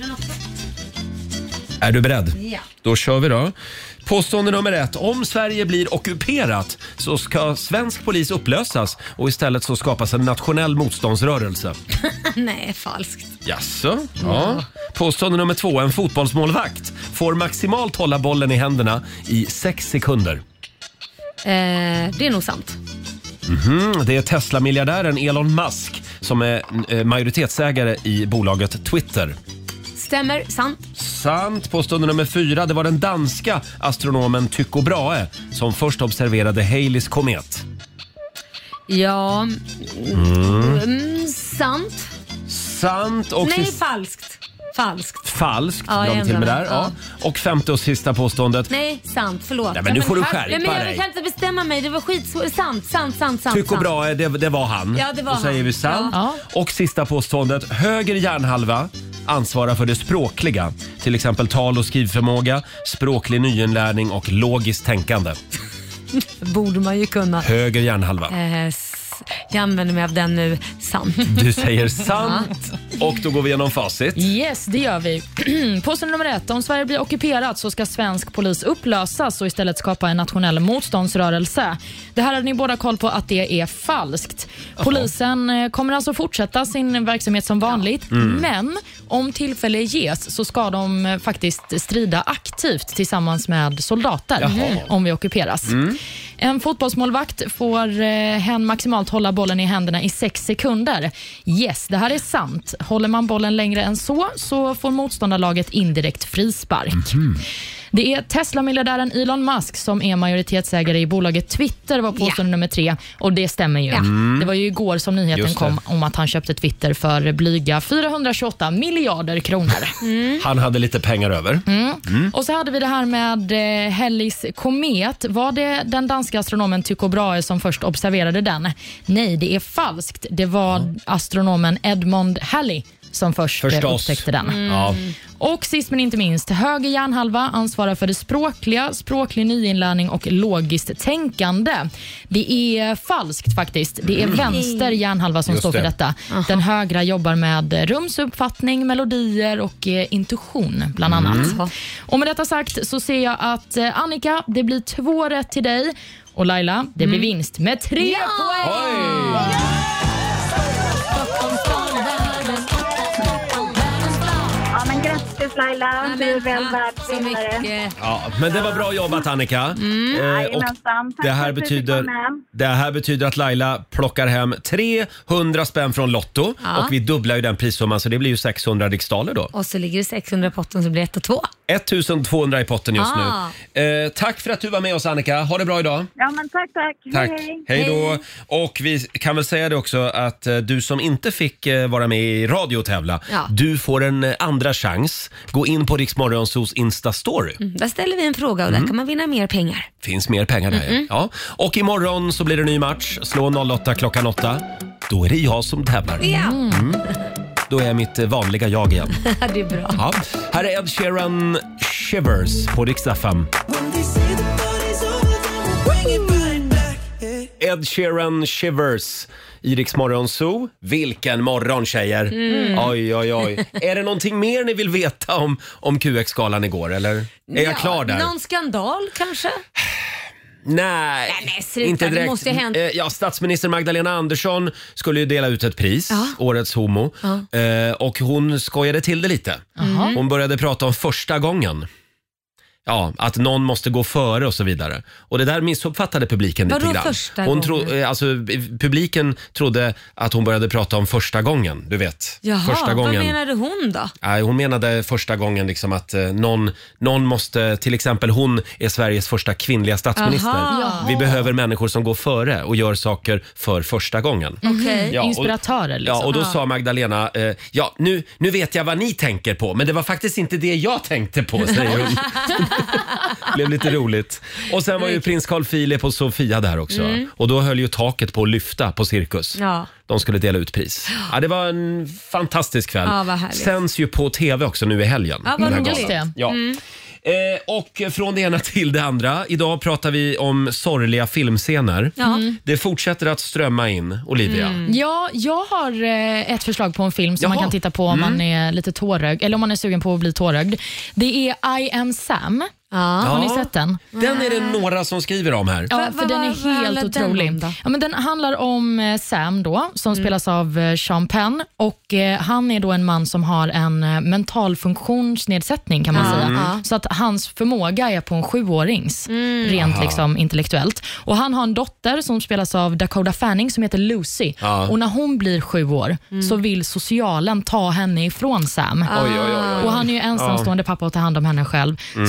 Är du beredd? Ja. Då kör vi då. Påstående nummer ett. Om Sverige blir ockuperat så ska svensk polis upplösas och istället så skapas en nationell motståndsrörelse. Nej, falskt. Jaså? Ja. Påstående nummer två. En fotbollsmålvakt får maximalt hålla bollen i händerna i sex sekunder. Eh, det är nog sant. Mm-hmm. Det är Tesla-miljardären Elon Musk som är majoritetsägare i bolaget Twitter. Stämmer, sant. Sant. Påstående nummer fyra. Det var den danska astronomen Tycho Brahe som först observerade Haleys komet. Ja, mm. Mm, sant. Sant. Och Nej, sist... falskt. Falskt. Falskt, Ja, la jag vi till med ändrar där. mig. Ja. Och femte och sista påståendet. Nej, sant. Förlåt. Nej, men nu får du skärpa Nej, men jag dig. kan inte bestämma mig. Det var skitsvårt. Sant, sant, sant, sant. Tycho sant. Brahe, det, det var han. Ja, det var Då säger han. vi sant. Ja. Och sista påståendet. Höger hjärnhalva ansvarar för det språkliga. Till exempel tal- och skrivförmåga, språklig nyinlärning och logiskt tänkande. Borde man ju kunna. Höger hjärnhalva. Eh, s- jag använder mig av den nu. Sant. Du säger sant. Och då går vi igenom facit. Yes, det gör vi. Påstående nummer ett. Om Sverige blir ockuperat så ska svensk polis upplösas och istället skapa en nationell motståndsrörelse. Det här hade ni båda koll på att det är falskt. Polisen eh, kommer alltså fortsätta sin verksamhet som vanligt, Mm. men om tillfälle ges så ska de eh, faktiskt strida aktivt tillsammans med soldater Jaha. om vi ockuperas. Mm. En fotbollsmålvakt får eh, hen maximalt hålla bollen i händerna i sex sekunder. Yes, det här är sant. Håller man bollen längre än så så får motståndarlaget indirekt frispark. Det är Tesla-miljardären Elon Musk som är majoritetsägare i bolaget Twitter, var påstående nummer tre. Och det stämmer ju. Mm. Det var ju igår som nyheten Just det. kom om att han köpte Twitter för blyga fyrahundratjugoåtta miljarder kronor. Han hade lite pengar över. Mm. Mm. Och så hade vi det här med eh, Halley's komet. Var det den danska astronomen Tycho Brahe som först observerade den? Nej, det är falskt. Det var astronomen Edmund Halley som först eh, Förstås. upptäckte den. Mm. Ja. Och sist men inte minst, höger hjärnhalva ansvarar för det språkliga, språklig nyinlärning och logiskt tänkande. Det är falskt faktiskt. Det är Mm. vänster hjärnhalva som Just står för det. detta. Den högra jobbar med rumsuppfattning, melodier och eh, intuition bland annat. Mm. Och med detta sagt så ser jag att eh, Annika, det blir två rätt till dig. Och Laila, det blir vinst med tre poäng! Ja, men grattis Laila. Du är väl värd vinnare. Ja, men det var bra jobbat Annika. Mm. Eh, och Jajamensan. Tack det, för här att du fick betyder, vara med. det här betyder att Laila plockar hem trehundra spänn från Lotto. Ja. Och vi dubblar ju den prissumman så det blir ju sexhundra riksdaler då. Och så ligger det sexhundra i potten så blir det ett och två. ettusentvåhundra i potten just Ah. nu. Eh, tack för att du var med oss Annika. Ha det bra idag. Ja, men tack, tack. Tack. Hej, Hej då. Och vi kan väl säga det också att eh, du som inte fick eh, vara med i radio och tävla, Ja. du får en eh, andra chans. Gå in på Rix Morgonzos Insta-story. Mm, där ställer vi en fråga och där Mm. kan man vinna mer pengar. Finns mer pengar där. Mm-mm. Ja. Och imorgon så blir det ny match. Slå noll åtta klockan åtta. Då är det jag som tävlar. Ja. Mm. Då är jag mitt eh, vanliga jag igen. Det är bra. Ja. Här är Ed Sheeran Shivers på Rix F M. Ed Sheeran Shivers i Rix Morgon Zoo. Vilken morgon tjejer. Mm. Oj, oj, oj. Är det någonting mer ni vill veta om, om Q X-galan igår eller? Är jag klar där? Någon skandal kanske? Nej, nej, sluta. inte Det direkt. måste ju ha hänt. Eh, Ja, statsminister Magdalena Andersson skulle ju dela ut ett pris, Ja. Årets homo. Ja. Eh, och hon skojade till det lite. Jaha. Hon började prata om första gången. Ja, att någon måste gå före och så vidare. Och det där missuppfattade publiken Vadå lite grann. första Hon gången? tro, eh, alltså, publiken trodde att hon började prata om första gången, du vet. Jaha, första gången. vad menade hon då? Nej, hon menade första gången liksom att eh, någon, någon måste, till exempel hon är Sveriges första kvinnliga statsminister. Aha. Jaha. Vi behöver människor som går före och gör saker för första gången. Okej. Ja, och- Inspiratörer liksom. Ja, och då Ja. sa Magdalena, eh, ja nu, nu vet jag vad ni tänker på, men det var faktiskt inte det jag tänkte på, säger hon. Det blev lite roligt. Och sen var ju prins Carl Philip och Sofia där också. Mm. Och då höll ju taket på att lyfta på Cirkus. Ja. De skulle dela ut pris. Ja, det var en fantastisk kväll. Ja, vad härligt. Sänds ju på tv också nu i helgen. Ja, vad den här roligt. galan. Ja. Mm. Eh, och från det ena till det andra. Idag pratar vi om sorgliga filmscener. Ja. Mm. Det fortsätter att strömma in, Olivia. Ja, jag har eh, ett förslag på en film som Jaha. man kan titta på om Mm. man är lite tårögd, eller om man är sugen på att bli tårögd. Det är I am Sam. Har ni sett den? Den är det några som skriver om här. Ja, Va- för va- den är vad handlar helt den otrolig. om då? Ja, men den handlar om eh, Sam då, som spelas av eh, Sean Penn. Och eh, han är då en man som har en eh, mental funktionsnedsättning kan man Ja. säga. Mm. Så att hans förmåga är på en sjuårings, Mm. rent Aha. liksom intellektuellt. Och han har en dotter som spelas av Dakota Fanning som heter Lucy. Ja. Och när hon blir sju år så vill socialen ta henne ifrån Sam. Oj, oj, oj, oj. Och han är ju ensamstående pappa och tar hand om henne själv. Mm. Så det handlar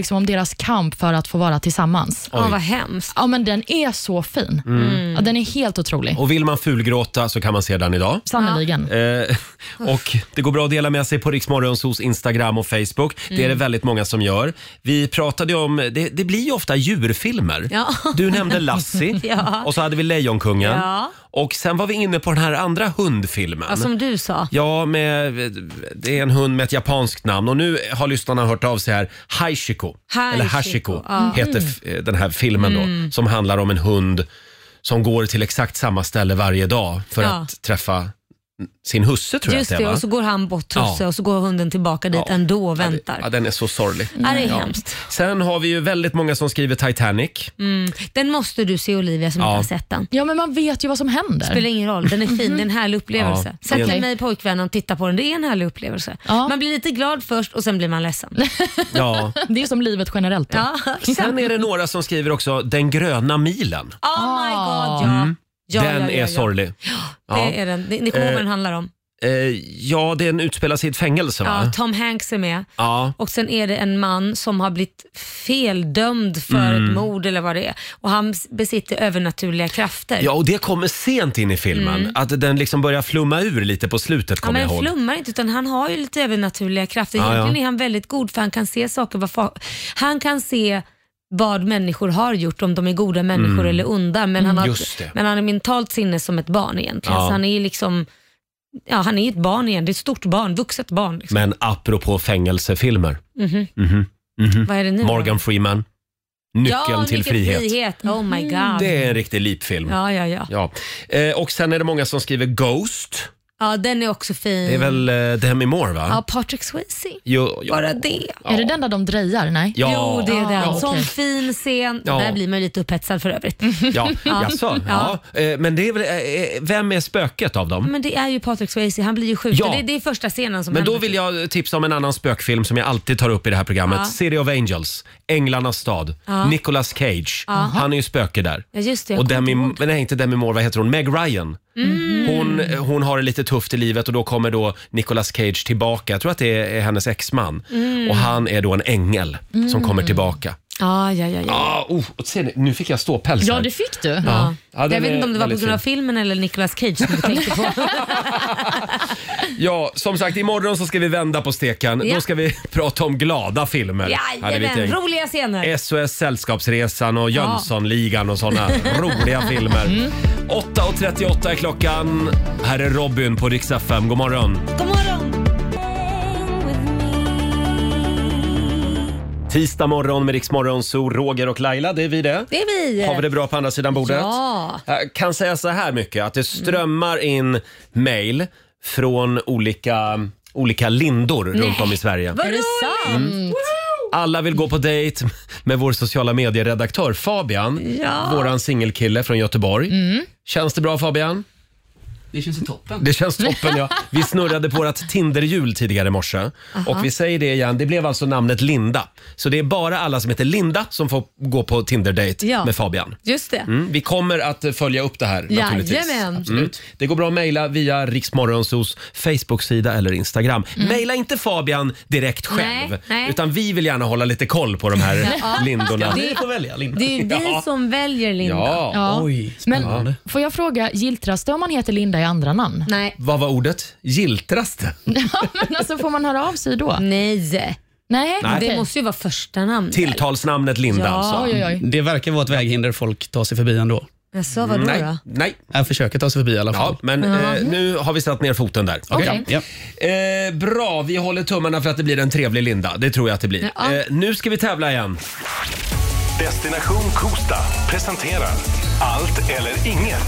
liksom om deras kamp för att få vara tillsammans. Ja, vad hemskt. Ja, men den är så fin. Mm. Ja, den är helt otrolig. Och vill man fulgråta så kan man se den idag. Sannoliken. Eh, och det går bra att dela med sig på Rix Morgonzos Instagram och Facebook. Det är det Mm. väldigt många som gör. Vi pratade om, det, det blir ju ofta djurfilmer. Ja. Du nämnde Lassie Ja. och så hade vi Lejonkungen. Ja. Och sen var vi inne på den här andra hundfilmen. Ja, som du sa. Ja, med, det är en hund med ett japanskt namn och nu har lyssnarna hört av sig här. Hashiko, Hashiko, eller Hashiko ja. heter Mm. f- den här filmen då, Mm. som handlar om en hund som går till exakt samma ställe varje dag för Ja. att träffa sin husse, tror Just jag att det det, är, va? och så går han bort husse Ja. och så går hunden tillbaka dit Ja. ändå och väntar. Ja, den är så sorglig. Ja, det är hemskt. Sen har vi ju väldigt många som skriver Titanic. Mm. Den måste du se, Olivia, som Ja. inte har sett den. Ja, men man vet ju vad som händer. Spelar ingen roll, den är fin, det är en härlig upplevelse. Ja. Sätt Det är dig en- med pojkvännen och titta på den, det är en härlig upplevelse. Man blir lite glad först och sen blir man ledsen. Ja. Det är som livet generellt då. Ja, Sen är det några som skriver också Den gröna milen. Oh my god, ja. Mm. ja Den ja, ja, är ja. sorglig. Det är den. Ni ni kommer ihåg Eh, vad den handlar om? Eh, ja, den utspelar sig i ett fängelse, va? Ja, Tom Hanks är med. Ja. Och sen är det en man som har blivit feldömd för Mm. ett mord eller vad det är. Och han besitter övernaturliga krafter. Ja, och det kommer sent in i filmen. Mm. Att den liksom börjar flumma ur lite på slutet, Ja, kommer men jag ihåg. flummar inte, utan han har ju lite övernaturliga krafter. Ja, Egentligen ja. är han väldigt god, för han kan se saker. Vad fa- han kan se vad människor har gjort, om de är goda människor Mm. eller onda. Men han, har, Just det. men han är mentalt sinne som ett barn egentligen. Ja. Så han är ju liksom, ja, han är ju ett barn igen. Det är ett stort barn, vuxet barn. Liksom. Men apropå fängelsefilmer. Mhm. Mhm. Mhm. Vad är det nu då? Morgan Freeman. Nyckeln ja, till Nyckeln frihet. frihet. Oh my god. Det är en riktig lipfilm. Ja, ja, ja. Ja. Eh, och sen är det många som skriver Ghost. Ja, den är också fin. Det är väl eh, Demi Moore, va? Ja, Patrick Swayze. Jo, jo. Bara det. Är det den där de drejar? Nej. Ja. Jo, det är den. Ja, Sån okej. fin scen. Ja. Där blir man lite upphetsad för övrigt. Ja, Ja. jaså? Ja. Eh, Men det är väl, eh, vem är spöket av dem? Men det är ju Patrick Swayze, han blir ju skjuten. Ja. Det, det är första scenen som Men då händer. vill jag tipsa om en annan spökfilm som jag alltid tar upp i det här programmet. Ja. City of Angels, Änglarnas stad. Ja. Nicolas Cage, Ja. han är ju spöke där. Ja, just det. Jag Och kommer Demi, inte ihåg. nej, inte Demi Moore, vad heter hon? Meg Ryan. Mm. Hon, hon har det lite tufft i livet och då kommer då Nicolas Cage tillbaka. Jag tror att det är hennes exman. Mm. Och han är då en ängel som Mm. kommer tillbaka. Ja, ja, ja. ja. Ah, oh, ser ni, nu fick jag ståpäls här. Ja, det fick du. Ja. Ja. Ja, den jag vet är inte om det var på väldigt grund av fin. filmen eller Nicolas Cage som du tänkte på. Ja, som sagt, imorgon så ska vi vända på steken. Ja. Då ska vi prata om glada filmer. Hade vi Jajamän, tänkt. roliga scener. S O S Sällskapsresan och Jönssonligan och sådana roliga filmer. Mm. åtta och trettioåtta är klockan. Här är Robin på Rix F M. God morgon. God morgon. Tisdag morgon med Rix Morgon, så Roger och Laila, det är vi det. Det är vi. Har vi det bra på andra sidan bordet? Ja. Jag kan säga så här mycket, att det strömmar in mejl från olika, olika lindor runt om i Sverige. Vad roligt. Mm. Alla vill gå på dejt med vår sociala medieredaktör Fabian, Ja. våran singelkille från Göteborg. Känns det bra, Fabian? Det känns i toppen. Det känns toppen, ja. Vi snurrade på vårt Tinderhjul tidigare i morse. Och vi säger det igen, det blev alltså namnet Linda. Så det är bara alla som heter Linda som får gå på Tinder-date Ja. med Fabian. Just det. Mm, vi kommer att eh, följa upp det här naturligtvis. Jajamän. Mm. Det går bra att mejla via Riksmorgonsos Facebook-sida eller Instagram. Mejla inte Fabian direkt själv, Nej, nej. utan vi vill gärna hålla lite koll på de här Ja. lindorna. Ja, ni får välja Linda. Det är ju vi Ja. som väljer Linda. Ja. Ja. Oj, Men spännande. får jag fråga, giltras det om man heter Linda i andra namn? Nej. Vad var ordet? Giltras det? Ja, men alltså får man höra av sig då? Nej. Nej, Nej. Det okej. måste ju vara första namn. Tilltalsnamnet Linda Ja. alltså. Oj, oj, oj. Det verkar vara ett väghinder folk tar sig förbi ändå. Jaså, vadå Nej, då? nej. Jag försöker ta sig förbi i alla fall. Ja, men eh, nu har vi satt ner foten där. Okej. Ja. Eh, bra, vi håller tummarna för att det blir en trevlig Linda. Det tror jag att det blir. Ja. Eh, nu ska vi tävla igen. Destination Kosta presenterar Allt eller inget.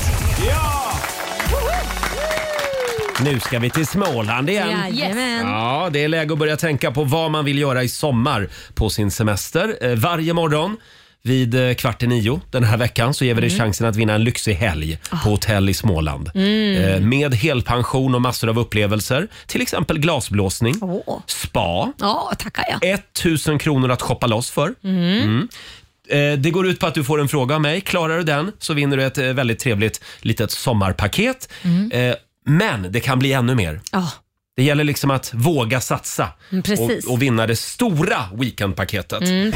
Nu ska vi till Småland igen. Jajamän. Ja, det är läge att börja tänka på vad man vill göra i sommar på sin semester. Eh, varje morgon vid eh, kvart i nio den här veckan så ger vi dig chansen att vinna en lyxig helg på hotell i Småland. Eh, med helpension och massor av upplevelser. Till exempel glasblåsning, Åh. spa, Ja, tackar jag. tusen kronor att shoppa loss för. Mm. Eh, Det går ut på att du får en fråga av mig. Klarar du den så vinner du ett eh, väldigt trevligt litet sommarpaket. Eh, Men det kan bli ännu mer. Ja. Det gäller liksom att våga satsa Mm, precis. och, och vinna det stora weekendpaketet. Mm.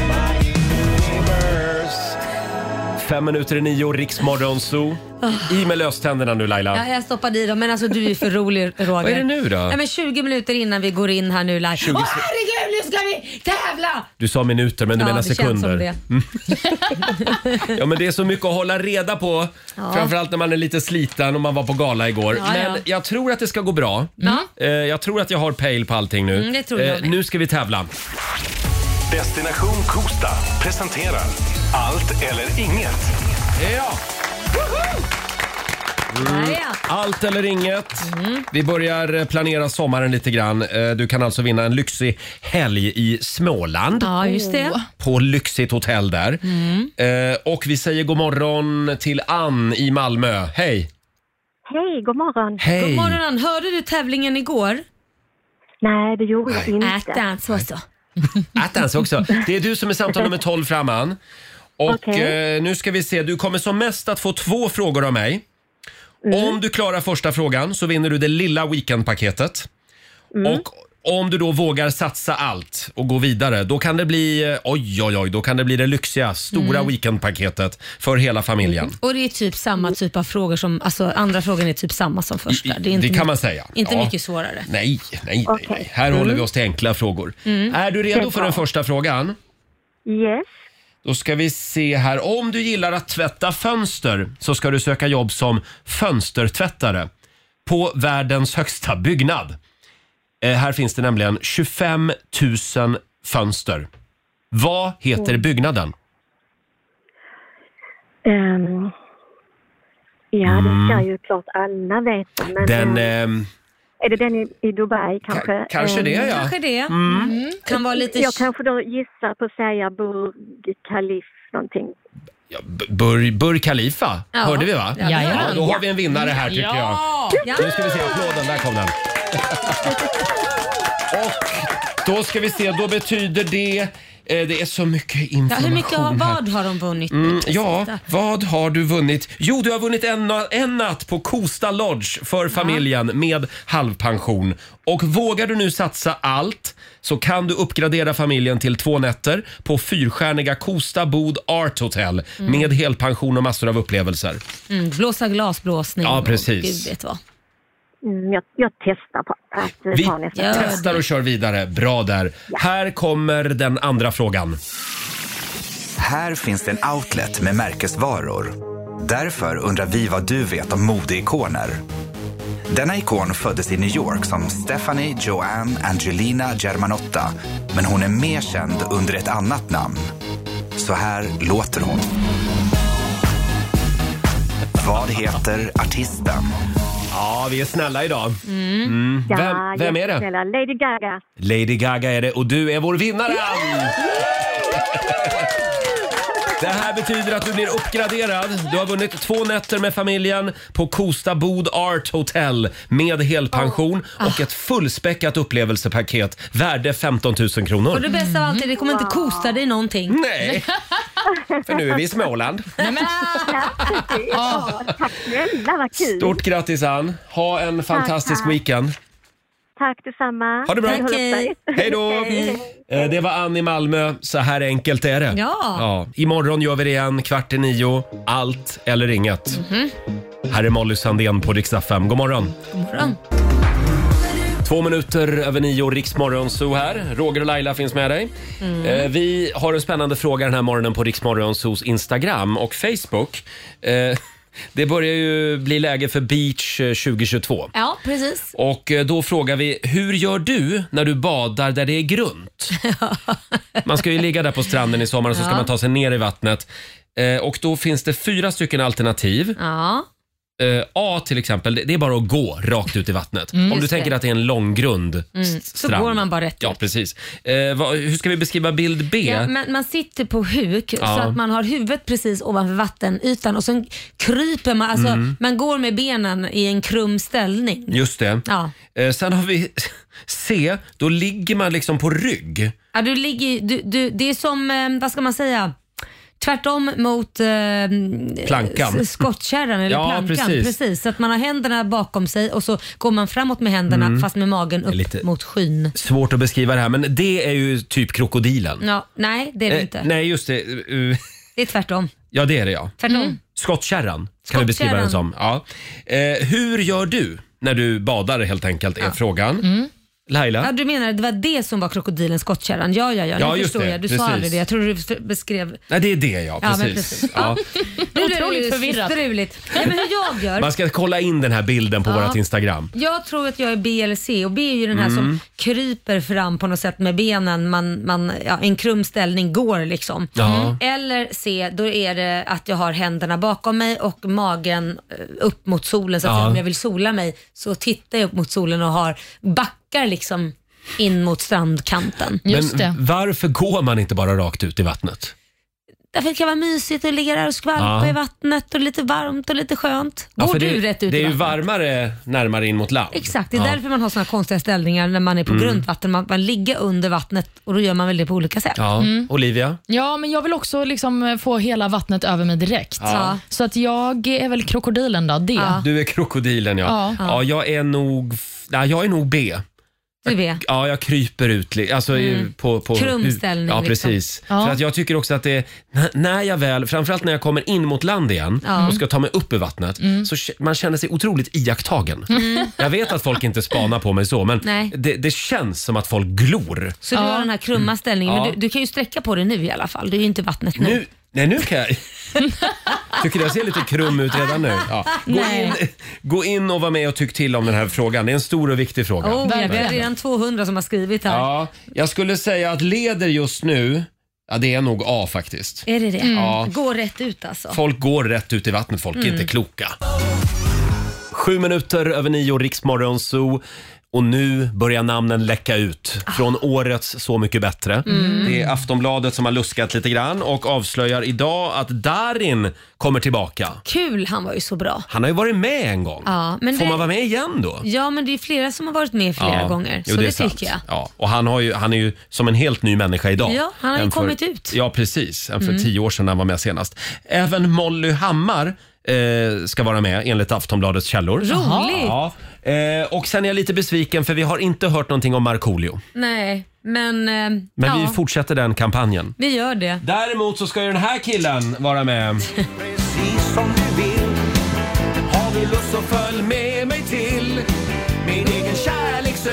Fem minuter i nio, Riksmorgon Zoo. I med löständerna nu, Laila. Ja, jag stoppade i dem, men alltså du är för rolig, Roger. Vad är det nu då? Ja, men tjugo minuter innan vi går in här nu, Laila. tjugo Åh herregud, nu ska vi tävla! Du sa minuter, men du Ja, menar det känns sekunder. som Ja, men det är så mycket att hålla reda på. Ja. Framförallt när man är lite sliten och man var på gala igår. Ja, men ja. jag tror att det ska gå bra. Ja. Eh, Jag tror att jag har pejl på allting nu. Mm, det tror jag med. Nu ska vi tävla. Destination Kosta presenterar Allt eller inget. Ja! Mm. Allt eller inget. Vi börjar planera sommaren lite grann. Eh, Du kan alltså vinna en lyxig helg i Småland. Ja, just det. På lyxigt hotell där. Mm. Eh, Och vi säger god morgon till Ann i Malmö. Hej! Hej, god morgon. Hej. God morgon, Ann. Hörde du tävlingen igår? Nej, det gjorde jag inte. Äta, så så. Attans också. Det är du som är samtal nummer tolv fram, Ann. Och Okej. eh, nu ska vi se. Du kommer som mest att få två frågor av mig. Mm. Om du klarar första frågan så vinner du det lilla weekendpaketet. Mm. Och om du då vågar satsa allt och gå vidare, då kan det bli, eh, oj oj oj, då kan det bli det lyxiga, stora Mm. weekendpaketet för hela familjen. Och det är typ samma typ av frågor som, alltså andra frågan är typ samma som första. Det, är Det inte kan man mycket- säga. Inte Ja. mycket svårare. Nej, nej, nej. Okej. nej. Här Mm. håller vi oss till enkla frågor. Mm. Är du Det redo är för bra. den första frågan? Yes. Då ska vi se här. Om du gillar att tvätta fönster så ska du söka jobb som fönstertvättare på världens högsta byggnad. Eh, här finns det nämligen tjugofem tusen fönster. Vad heter Mm. byggnaden? Ehm, ja, det ska ju klart alla veta. Men, Den... ehm, ehm, är det den i, i Dubai kanske? kanske det, Ehm, ja. Kanske det. Mm. Mm. Kan vara lite... Jag kanske då gissar på att säga Burj Khalif någonting. B- Burj, Burj Khalifa, Ja. hörde vi va? Ja, Ja, då har vi en vinnare här tycker Ja. jag. Nu ska vi se applåden, där kom den. Och då ska vi se, då betyder det, eh, det är så mycket Ja, information hur mycket har, här. vad har de vunnit? Mm, ja, vad har du vunnit? Jo, du har vunnit en, en natt på Kosta Lodge för familjen med halvpension. Och vågar du nu satsa allt så kan du uppgradera familjen till två nätter på fyrstjärniga Kosta Bod Art Hotel Mm. med helpension och massor av upplevelser. Mm, blåsa glasblåsning. Ja, och precis. Gud vet vad. Mm, jag, jag testar på att Vi ta nästa. testar och kör vidare. Bra där. Här kommer den andra frågan. Här finns det en outlet med märkesvaror. Därför undrar vi vad du vet om modeikoner. Denna ikon föddes i New York som Stephanie Joanne Angelina Germanotta, men hon är mer känd under ett annat namn. Så här låter hon. Vad heter artisten? Ja, vi är snälla idag. Mm. Mm. Ja, Vem, vem är det? jättesnälla. Lady Gaga. Lady Gaga är det och du är vår vinnare, Ann! Det här betyder att du blir uppgraderad. Du har vunnit två nätter med familjen på Kosta Bod Art Hotel med helpension och ett fullspäckat upplevelsepaket värde femton tusen kronor. Och det bästa av allt är det kommer inte kosta dig någonting. Nej, för nu är vi i Småland. Ja, tack snälla, vad kul. Stort grattis, Ann. Ha en fantastisk tack. weekend. Tack detsamma. Ha det bra. Håll upp dig. Hej då! Eh, Det var Ann i Malmö. Så här enkelt är det. Ja. Ja. Imorgon gör vi det igen, kvart i nio. Allt eller inget. Mhm. Här är Molly Sandén på Rix F M. God morgon. God morgon. Två minuter över nio, Rix Morgon Zoo här. Roger och Laila finns med dig. Mm. Eh, vi har en spännande fråga den här morgonen på Rix Morgon Zoos Instagram och Facebook. Eh, det börjar ju bli läge för Beach eh, tjugohundratjugotvå. Ja, precis. Och eh, då frågar vi, hur gör du när du badar där det är grunt? Man ska ju ligga där på stranden i sommar och så ska Ja. man ta sig ner i vattnet. Eh, och då finns det fyra stycken alternativ. Ja. Eh, A till exempel, det det är bara att gå rakt ut i vattnet. Mm, Om du just tänker det. att det är en långgrund Mm, s- så strand. går man bara rätt Ja, ut. precis. Eh, vad, hur ska vi beskriva bild B? Ja, men man sitter på huk Ja. så att man har huvudet precis ovanför vattenytan och sen kryper man, alltså Mm. man går med benen i en krum ställning. Just det. Ja. Eh, sen har vi C, då ligger man liksom på rygg. Ja, du ligger, du, du, det är som, eh, vad ska man säga? Tvärtom mot eh, plankan. skottkärran eller ja, plankan. Precis. precis. Så att man har händerna bakom sig och så går man framåt med händerna mm. fast med magen upp lite mot skyn. Svårt att beskriva det här, men det är ju typ krokodilen. Ja, nej, det är det eh, inte. Nej, just det. Uh, det är tvärtom. Ja, det är det ja. Tvärtom. Mm. Skottkärran kan vi beskriva den som. Ja. Eh, hur gör du när du badar helt enkelt är ja. frågan. Mm. Laila? Ja, du menar det var det som var krokodilens skottkärran? Ja, ja, ja. ja nu just förstår det. jag. Du precis. sa aldrig det. Jag tror du beskrev... Nej, det är det ja. Precis. Ja, men precis. Ja. Det är otroligt förvirrat. Ja, men hur jag gör... Man ska kolla in den här bilden på ja. vårt Instagram. Jag tror att jag är B eller C och B är ju den här mm. som kryper fram på något sätt med benen. Man, man, ja, en krumställning går liksom. Ja. Eller C, då är det att jag har händerna bakom mig och magen upp mot solen. Så att ja. om jag vill sola mig så tittar jag upp mot solen och har backar liksom in mot strandkanten. Just Men det. Varför går man inte bara rakt ut i vattnet? Därför det kan vara mysigt att ligga där och skvalpa ja. i vattnet och lite varmt och lite skönt. Går ja, du det, rätt ut det i är vattnet? ju varmare närmare in mot land. Exakt, det är ja. därför man har såna konstiga ställningar när man är på mm. grundvatten. Man, man ligger under vattnet och då gör man väl det på olika sätt. Ja. Mm. Olivia? Ja, men jag vill också liksom få hela vattnet över mig direkt. Ja. Så att jag är väl krokodilen då, det. Ja. Du är krokodilen, ja. Ja, ja jag är nog... Nej, jag är nog B. Du vet. Ja, jag kryper ut alltså mm. på, på krumställning. Ja, precis. Liksom. Ja. För att jag tycker också att det när jag väl, framförallt när jag kommer in mot land igen ja. och ska ta mig upp i vattnet mm. så man känner sig otroligt iakttagen. Mm. Jag vet att folk inte spanar på mig så, men det, det känns som att folk glor. Så du har den här krumma ställningen, mm. men du, du kan ju sträcka på det nu i alla fall. Du är ju inte i vattnet nu. nu Nej, nu kan jag... Tycker jag ser lite krum ut redan nu. Ja. Gå, in, gå in och var med och tyck till om den här frågan. Det är en stor och viktig fråga. Oh, vi har redan tvåhundra som har skrivit här. Ja, jag skulle säga att leder just nu, ja det är nog A faktiskt. Är det det? Mm. Ja. Går rätt ut alltså. Folk går rätt ut i vattnet, folk mm. är inte kloka. Sju minuter över nio, Riksmorgon Zoo. Och nu börjar namnen läcka ut från ah. årets Så mycket bättre. Mm. Det är Aftonbladet som har luskat lite grann och avslöjar idag att Darin kommer tillbaka. Kul, han var ju så bra. Han har ju varit med en gång. Ja, men Får det... man vara med igen då? Ja, men det är flera som har varit med flera ja. gånger. Så jo, det, det tycker jag. Ja, och han, har ju, han är ju som en helt ny människa idag. Ja, han har ju för, kommit ut. Ja, precis. Än för mm. tio år sedan när han var med senast. Även Molly Hammar eh, ska vara med enligt Aftonbladets källor. Roligt! Ja. Eh, och sen är jag lite besviken för vi har inte hört någonting om Markoolio. Nej, men... Eh, men ja. vi fortsätter den kampanjen. Vi gör det. Däremot så ska ju den här killen vara med. Precis som du vill. Har du lust så följ med mig till min egen kärleksö.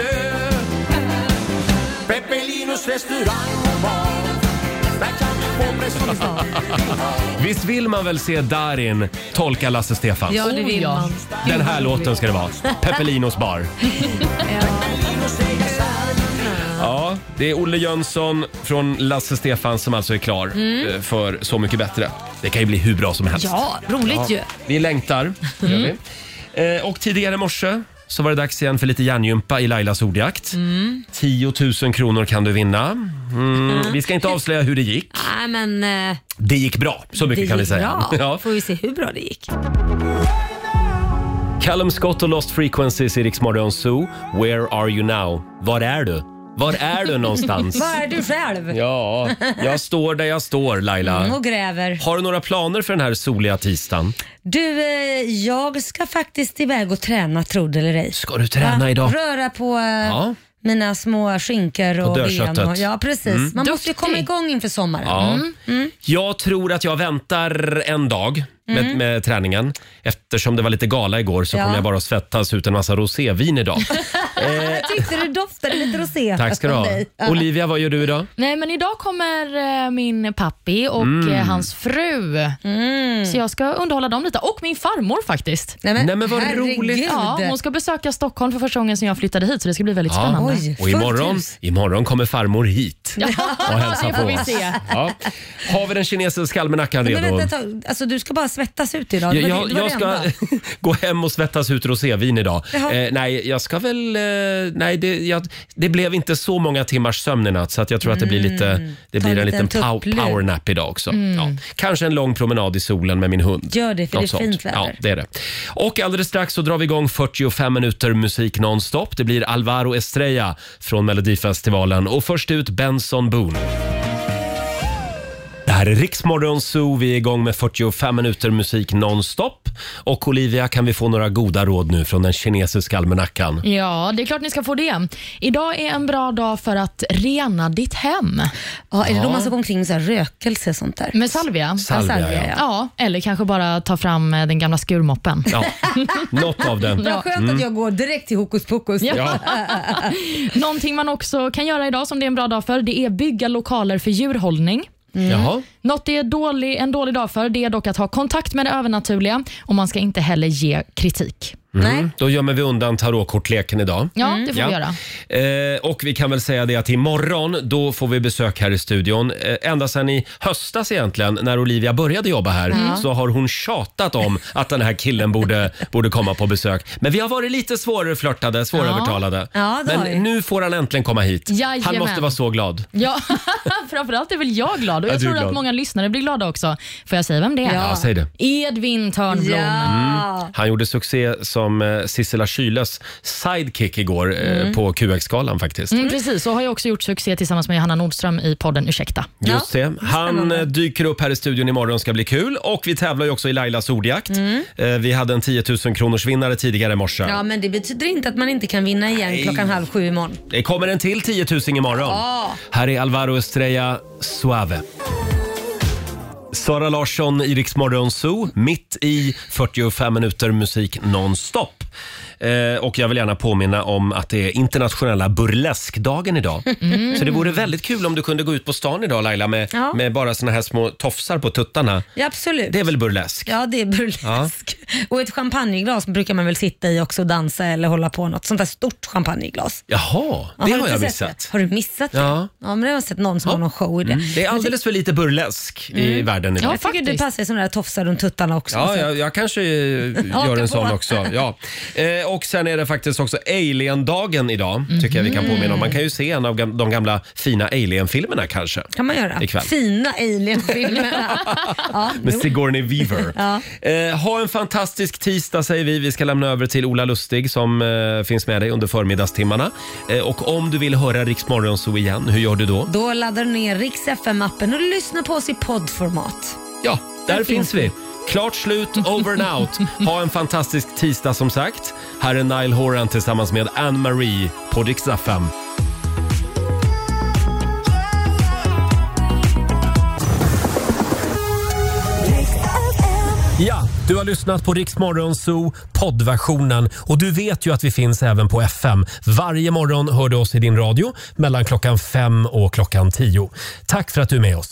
Peppelinos restaurang och bar. Där kan du få present. Visst vill man väl se Darin tolka Lasse Stefans? Ja, det vill man. Den här låten ska det vara. Peppelinos bar. Ja. Ja, det är Olle Jönsson från Lasse Stefans som alltså är klar mm. för Så mycket bättre. Det kan ju bli hur bra som helst. Ja, roligt ja. ju. Vi längtar, gör vi. Eh, och tidigare i morse så var det dags igen för lite hjärngympa i Lailas ordjakt. Mm. tio tusen kronor kan du vinna. Mm. Mm. Vi ska inte avslöja hur det gick. Nej, men... Eh, det gick bra, så mycket kan vi säga. Bra. Ja. Får vi se hur bra det gick. Callum Scott och Lost Frequencies i Riksmorgon Zoo. Where are you now? Var är du? Var är du någonstans? Var är du själv? Ja, jag står där jag står, Laila. Mm, och gräver. Har du några planer för den här soliga tisdagen? Du, eh, jag ska faktiskt iväg och träna, tror det eller ej. Ska du träna ja, idag? Röra på... Eh, ja. Mina små skinkor och ben. Och, ja, precis. Mm. Man måste ju komma igång inför sommaren. Ja. Mm. Mm. Jag tror att jag väntar en dag med, mm. med träningen. Eftersom det var lite gala igår så ja. kommer jag bara att svettas ut en massa rosévin idag. Jag tyckte det doftade lite rosé. Tack ska du ha. Ja. Olivia, vad gör du idag? Nej, men idag kommer äh, min pappi och mm. äh, hans fru. Mm. Så jag ska underhålla dem lite. Och min farmor faktiskt. Nej men, Nej, men vad herregud. roligt. Ja, hon ska besöka Stockholm för första gången sedan jag flyttade hit. Så det ska bli väldigt ja. spännande. Oj, och imorgon, imorgon kommer farmor hit ja. och hälsa på oss. Ja. Har vi den kinesiska almanackan redo? Men vänta, alltså, du ska bara svettas ut idag. Jag, jag, jag ska gå hem och svettas ut rosévin idag. Eh, nej, jag ska väl... Eh, nej, det, jag, det blev inte så många timmars sömn i natt så att jag tror att det blir lite det blir en liten pow, powernap idag också. Mm. Ja. Kanske en lång promenad i solen med min hund. Gör det, för Något det är fint väder. Ja, det är det. Och alldeles strax så drar vi igång fyrtiofem minuter musik nonstop. Det blir Alvaro Estrella från Melodifestivalen och först ut Benson Boone. Det här är Riksmorgon Zoo. Vi är igång med fyrtiofem minuter musik nonstop. Och Olivia, kan vi få några goda råd nu från den kinesiska almanackan? Ja, det är klart ni ska få det. Idag är en bra dag för att rena ditt hem. Ja, är det Ja. då man ska gå omkring så här rökelse och sånt där? Med salvia. Salvia, salvia, ja. Ja, eller kanske bara ta fram eh, den gamla skurmoppen. Ja, något av den. Vad skönt att jag går direkt till hokus pokus. Ja. Någonting man också kan göra idag som det är en bra dag för, det är bygga lokaler för djurhållning. Mm. Jaha. Något det är dålig, en dålig dag för, det är dock att ha kontakt med det övernaturliga, och man ska inte heller ge kritik. Mm. Då gömmer vi undan tarotkortleken idag. Ja, det får vi göra. Eh, och vi kan väl säga det att imorgon då får vi besök här i studion. Eh, ända sedan i höstas egentligen, när Olivia började jobba här, Mm. så har hon tjatat om att den här killen borde, borde komma på besök. Men vi har varit lite svårflörtade, svårövertalade. Ja, det har vi. Men nu får han äntligen komma hit. Jajamän. Han måste vara så glad. Ja, framförallt är väl jag glad, och Ja, jag du är tror glad. att många lyssnare blir glada också. Får jag säga vem det är? Ja, säg det. Edvin Törnblom. Ja. Han gjorde succé som eh, Sissela Kyles sidekick igår eh, Mm. på Q X-galan faktiskt. Mm, precis, och har ju också gjort succé tillsammans med Johanna Nordström i podden Ursäkta. Just det. Han eh, dyker upp här i studion imorgon, ska bli kul. Och vi tävlar ju också i Lailas ordjakt. Eh, Vi hade en tio tusen kronors vinnare tidigare i morse. Ja, men det betyder inte att man inte kan vinna igen Nej. klockan halv sju imorgon. Det kommer en till tio tusen imorgon. Ja. Här är Alvaro Estrella, Suave. Sara Larsson i Rix Morgon Zoo, mitt i fyrtiofem minuter musik nonstop. Eh, och jag vill gärna påminna om att det är internationella burleskdagen idag. Mm. Så det vore väldigt kul om du kunde gå ut på stan idag, Laila, med, Ja. med bara såna här små tofsar på tuttarna. Ja, absolut. Det är väl burlesk? Ja, det är burlesk. Och ett champagneglas brukar man väl sitta i också och dansa eller hålla på något. Sånt där stort champagneglas. Jaha, Ja, det du har inte jag sett missat. det? Har du missat det? Ja. Ja, men det har jag sett någon som har någon show i det. Det är alldeles för lite burlesk i Mm. världen idag. Jag tycker du passar i sådana där tofsar runt tuttarna också. Ja, Så- jag, jag kanske eh, gör Haka en sån på. också. Ja. Eh, och sen är det faktiskt också Alien-dagen idag, tycker jag vi kan påminna om. Man kan ju se en av gam- de gamla fina Alien-filmerna kanske. kan man göra. Ikväll. Fina alien-filmer. ja, Med jo. Sigourney Weaver. Ja. Eh, ha en fantastisk tisdag säger vi. Vi ska lämna över till Ola Lustig som eh, finns med dig under förmiddagstimmarna. Eh, och om du vill höra Rix Morgon Zoo igen, hur gör du då? Då laddar du ner Rix F M-appen och lyssnar på oss i poddformat. Ja, där, Där finns finns vi. Klart slut, over and out. Ha en fantastisk tisdag som sagt. Här är Nile Horan tillsammans med Anne-Marie på Rix F M. Ja, du har lyssnat på Rix Morgon Zoo poddversionen och du vet ju att vi finns även på F M. Varje morgon hör du oss i din radio mellan klockan fem och klockan tio. Tack för att du är med oss.